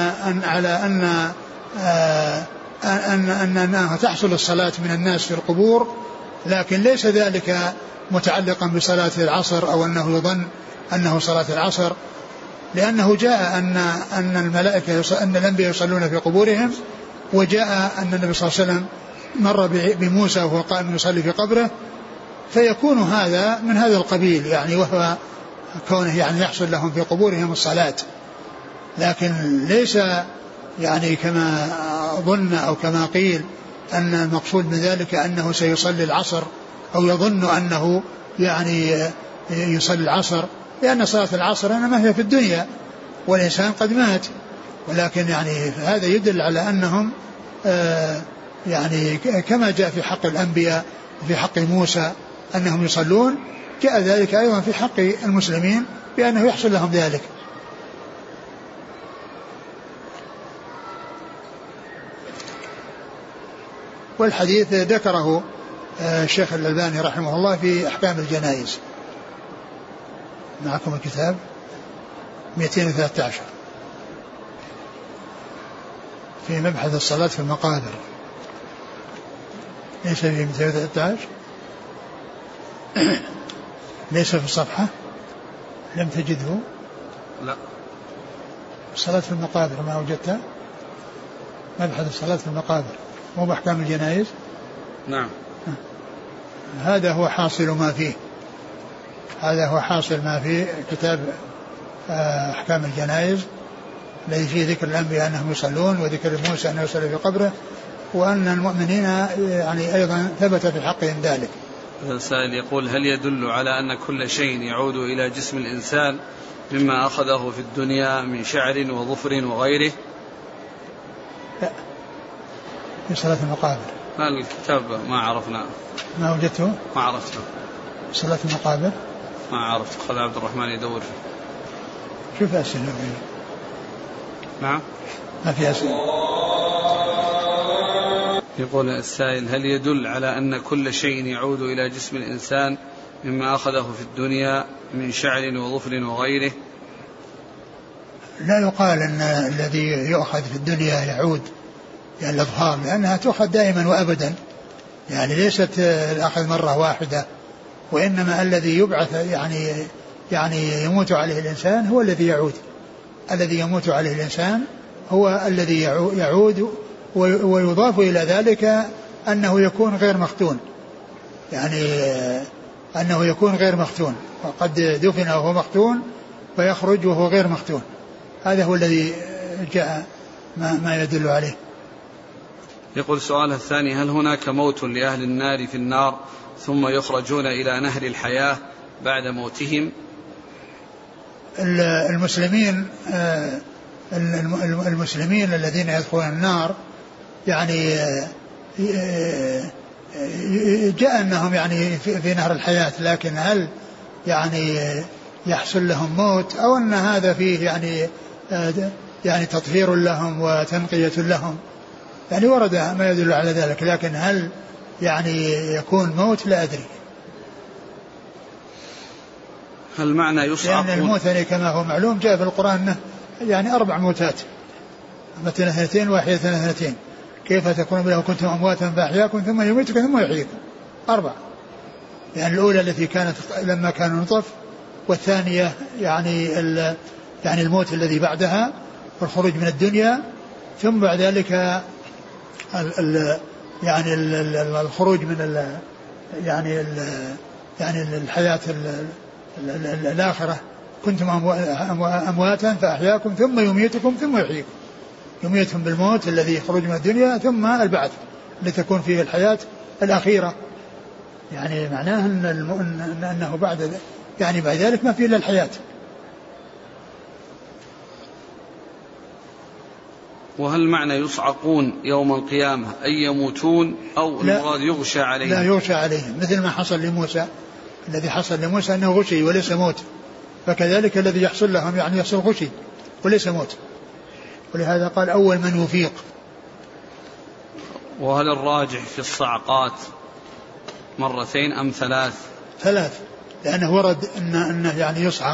أنها تحصل الصلاة من الناس في القبور، لكن ليس ذلك متعلقا بصلاة العصر أو أنه يظن أنه صلاة العصر، لأنه جاء أن الملائكة أن الأنبياء يصلون في قبورهم، وجاء أن النبي صلى الله عليه وسلم مر بموسى وهو قائم يصلي في قبره، فيكون هذا من هذا القبيل يعني، وهو كونه يعني يحصل لهم في قبورهم الصلاة، لكن ليس يعني كما ظن أو كما قيل أن المقصود من ذلك أنه سيصلي العصر أو يظن أنه يعني يصلي العصر، لأن صلاة العصر إنما هي في الدنيا والإنسان قد مات، ولكن يعني هذا يدل على أنهم يعني كما جاء في حق الأنبياء وفي حق موسى أنهم يصلون، جاء ذلك أيضا في حق المسلمين بأنه يحصل لهم ذلك. والحديث ذكره الشيخ الألباني رحمه الله في أحكام الجنائز. معكم الكتاب 213 في مبحث الصلاة في المقابر، ليس في 213 ليس في الصفحة، لم تجده؟ لا. الصلاة في المقابر ما وجدتها؟ مبحث الصلاة في المقابر مو بأحكام الجنائز؟ نعم. هذا هو حاصل ما فيه، هذا هو حاصل ما في كتاب أحكام الجنائز الذي فيه ذكر الأنبياء أنهم يصلون، وذكر موسى أنه يصلي في قبره، وأن المؤمنين يعني أيضا ثبت في حقهم ذلك. السائل يقول: هل يدل على أن كل شيء يعود إلى جسم الإنسان مما أخذه في الدنيا من شعر وظفر وغيره؟ لا، في صلاة المقابر. الكتاب ما عرفنا. ما وجدته؟ ما عرفته. صلاة المقابر ما عرفت. خذ عبد الرحمن يدور فيه. شوف أسئلة. نعم. ما في أسئلة. يقول السائل: هل يدل على أن كل شيء يعود إلى جسم الإنسان مما أخذه في الدنيا من شعر وظفر وغيره؟ لا يقال أن الذي يؤخذ في الدنيا يعود يعني الأظهار، لأنها تؤخذ دائما وأبدا، يعني ليست الأخذ مرة واحدة، وإنما الذي يبعث يعني يموت عليه الإنسان هو الذي يعود. الذي يموت عليه الإنسان هو الذي يعود، ويضاف إلى ذلك أنه يكون غير مختون، يعني أنه يكون غير مختون، وقد دفن وهو مختون فيخرج وهو غير مختون. هذا هو الذي جاء ما يدل عليه. يقول سؤالها الثاني: هل هناك موت لأهل النار في النار ثم يخرجون إلى نهر الحياة بعد موتهم؟ المسلمين الذين يدخلون النار يعني جاء أنهم يعني في نهر الحياة، لكن هل يعني يحصل لهم موت أو أن هذا فيه يعني تطهير لهم وتنقية لهم؟ يعني ورد ما يدل على ذلك، لكن هل يعني يكون موت لا أدري. هل معنى يصعقون؟ لأن الموت يعني كما هو معلوم جاء في القرآن يعني 4 موتات، مثلا 2 واحدة 2. كيف تكون بله كنتم أمواتا فأحياكم ثم يميتكم ثم يحييكم 4. يعني الأولى التي كانت لما كانوا نطف، والثانية يعني الموت الذي بعدها والخروج من الدنيا، ثم بعد ذلك يعني الخروج من يعني الحياة الآخرة. كنتم أمواتا فأحياكم ثم يميتكم ثم يحييكم. يميتهم بالموت الذي يخرج من الدنيا، ثم البعث لتكون فيه الحياة الأخيرة. يعني معناه أنه بعد ذلك ما فيه إلا الحياة. وهل معنى يصعقون يوم القيامة أي يموتون أو المراد يغشى عليهم؟ لا، يغشى عليهم، مثل ما حصل لموسى. الذي حصل لموسى أنه غشي وليس موت، فكذلك الذي يحصل لهم يعني يحصل غشي وليس موت، ولهذا قال أول من يفيق. وهل الراجح في الصعقات 2 أم 3؟ 3، لأنه ورد أنه يعني يصعق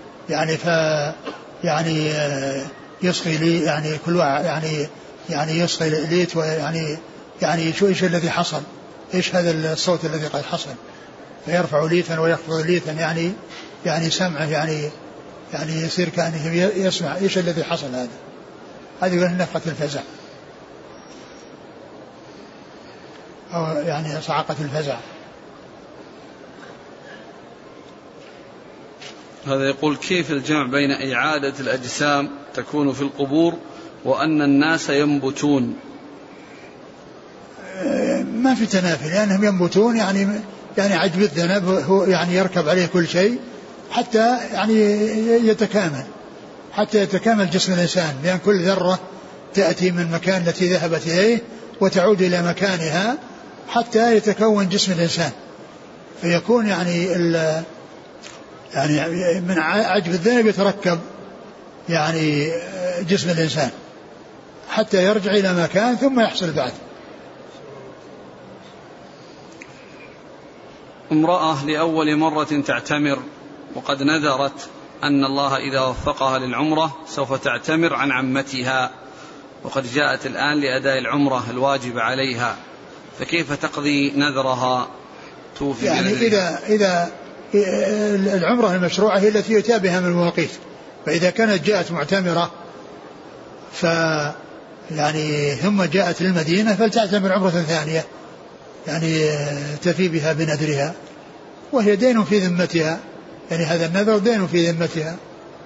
يعني يصغي لي، يعني كل واحد يعني يصغي ليت، ويعني شو إيش الذي حصل، إيش هذا الصوت الذي قد حصل، فيرفع ليتا ويخفض ليتا، يعني سمعه يعني يصير كأنه يسمع إيش الذي حصل. هذه نفخة الفزع، أو يعني صعقة الفزع. هذا يقول: كيف الجمع بين إعادة الأجسام تكون في القبور وأن الناس ينبتون؟ ما في تنافي، لأنهم ينبتون يعني عجب الذنب هو يعني يركب عليه كل شيء حتى يعني يتكامل جسم الإنسان، لأن كل ذرة تأتي من مكان التي ذهبت إليه وتعود إلى مكانها حتى يتكون جسم الإنسان، فيكون يعني من عجب الذنب يتركب يعني جسم الإنسان حتى يرجع إلى مكان ثم يحصل بعد. امرأة لأول مرة تعتمر وقد نذرت أن الله إذا وفقها للعمرة سوف تعتمر عن عمتها، وقد جاءت الآن لأداء العمرة الواجب عليها، فكيف تقضي نذرها؟ توفي يعني إذا العمرة المشروعة هي التي يتى بها من المواقيت، فإذا كانت جاءت معتمرة يعني ثم جاءت للمدينة فلتعتمر عمرة ثانية، يعني تفي بها بنذرها، وهي دين في ذمتها، يعني هذا النذر دين في ذمتها.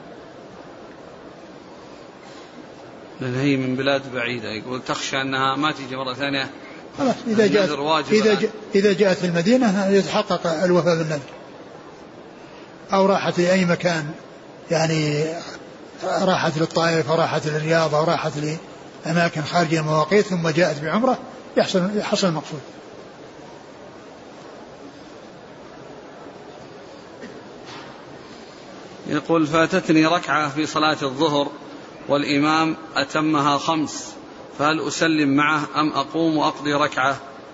لأن هي من بلاد بعيدة، يقول تخشى أنها ما تيجي مرة ثانية. خلاص إذا جاءت المدينة يتحقق الوفاء بالنذر، أو راحت لأي مكان، يعني راحت للطائف وراحت للرياض وراحت لأماكن خارج المواقيت ثم جاءت بعمرة يحصل المقصود. يقول فاتتني ركعة في صلاة الظهر والإمام أتمها 5، فهل أسلم معه أم أقوم وأقضي ركعة؟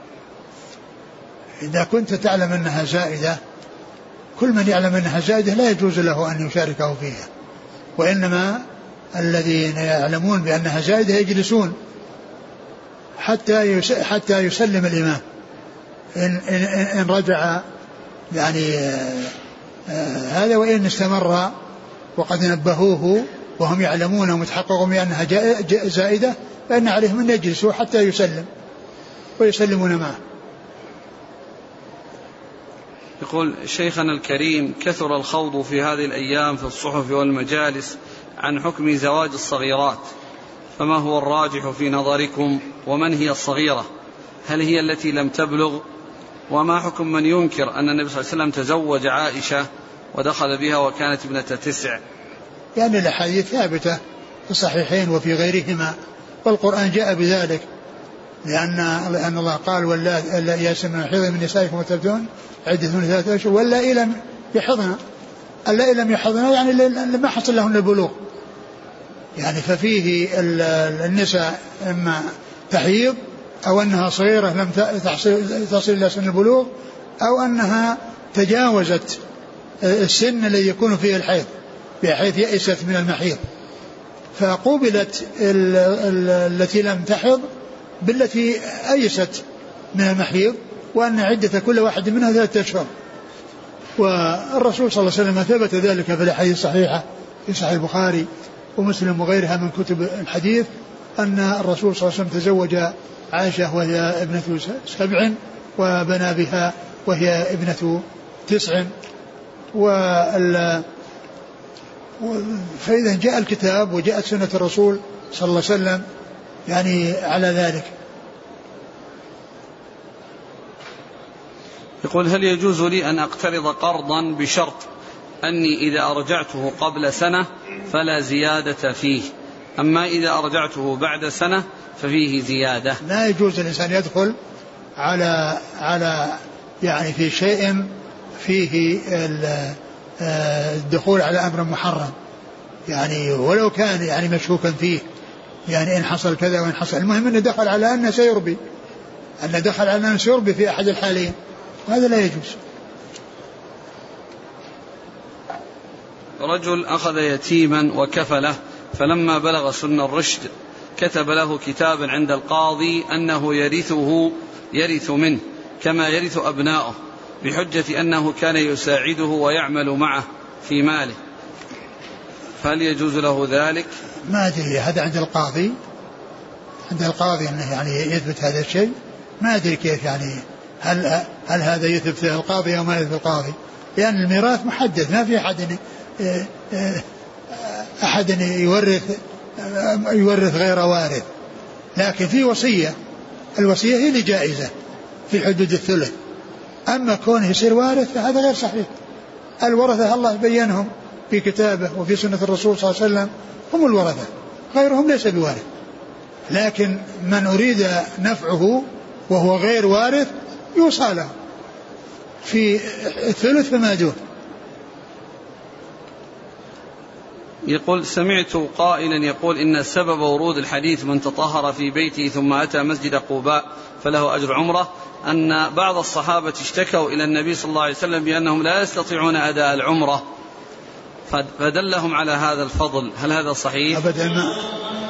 إذا كنت تعلم أنها زائدة، كل من يعلم أنها زائدة لا يجوز له أن يشاركه فيها، وإنما الذين يعلمون بأنها زائدة يجلسون حتى يسلم الإمام. إن رجع يعني هذا، وإن استمر وقد نبهوه وهم يعلمون ومتحققون بأنها زائدة فإن عليهم أن يجلسوا حتى يسلم ويسلمون معه. يقول شيخنا الكريم كثر الخوض في هذه الأيام في الصحف والمجالس عن حكم زواج الصغيرات، فما هو الراجح في نظركم؟ ومن هي الصغيرة؟ هل هي التي لم تبلغ؟ وما حكم من ينكر أن النبي صلى الله عليه وسلم تزوج عائشة ودخل بها وكانت ابنة 9؟ يعني الأحاديث ثابتة في الصحيحين وفي غيرهما، والقرآن جاء بذلك، لأن الله قال ولا ياسم من حيض من نسائكم وتبدون عدتهن 3 أشهر ولا لم يحضن، ألا لم يحضن يعني لما حصل لهن البلوغ، يعني ففيه النساء إما تحيض أو أنها صغيرة لم تصل إلى سن البلوغ، أو أنها تجاوزت السن الذي يكون فيه الحيض بحيث يئست من المحيض، فقوبلت التي لم تحض بالتي أيست من المحيض، وأن عدة كل واحد منها 3 أشهر. والرسول صلى الله عليه وسلم ثبت ذلك في الأحاديث الصحيحة في صحيح البخاري ومسلم وغيرها من كتب الحديث، أن الرسول صلى الله عليه وسلم تزوج عائشة وهي ابنة 7 وبنى بها وهي ابنة 9. فإذا جاء الكتاب وجاءت سنة الرسول صلى الله عليه وسلم يعني على ذلك. يقول هل يجوز لي أن أقترض قرضا بشرط أني إذا أرجعته قبل سنة فلا زيادة فيه، أما إذا أرجعته بعد سنة ففيه زيادة؟ لا يجوز الإنسان يدخل على يعني في شيء فيه الدخول على أمر محرم، يعني ولو كان يعني مشكوكا فيه، يعني إن حصل كذا وإن حصل، المهم أنه دخل على أنه سيربي، أنه دخل على أنه سيربي في أحد الحالين، وهذا لا يجوز. رجل أخذ يتيما وكفله، فلما بلغ سن الرشد كتب له كتابا عند القاضي أنه يرث منه كما يرث أبناؤه، بحجة أنه كان يساعده ويعمل معه في ماله، فهل يجوز له ذلك؟ ما أدري، هذا عند القاضي أنه يعني يثبت هذا الشيء، ما أدري كيف يعني هل هذا يثبت في القاضي أو ما يثبت القاضي، لأن الميراث محدد، ما في أحد يورث غير وارث، لكن في وصية، الوصية هي اللي جائزة في حدود الثلث، أما كونه يصير وارث فهذا غير صحيح. الورثة الله بينهم في كتابه وفي سنة الرسول صلى الله عليه وسلم هم الورثة، غيرهم ليس بوارث، لكن من أريد نفعه وهو غير وارث يوصى له في الثلث فما دون. يقول سمعت قائلا يقول إن سبب ورود الحديث من تطهر في بيته ثم أتى مسجد قباء فله أجر عمرة أن بعض الصحابة اشتكوا إلى النبي صلى الله عليه وسلم بأنهم لا يستطيعون أداء العمرة فدلهم على هذا الفضل، هل هذا صحيح؟ أبدا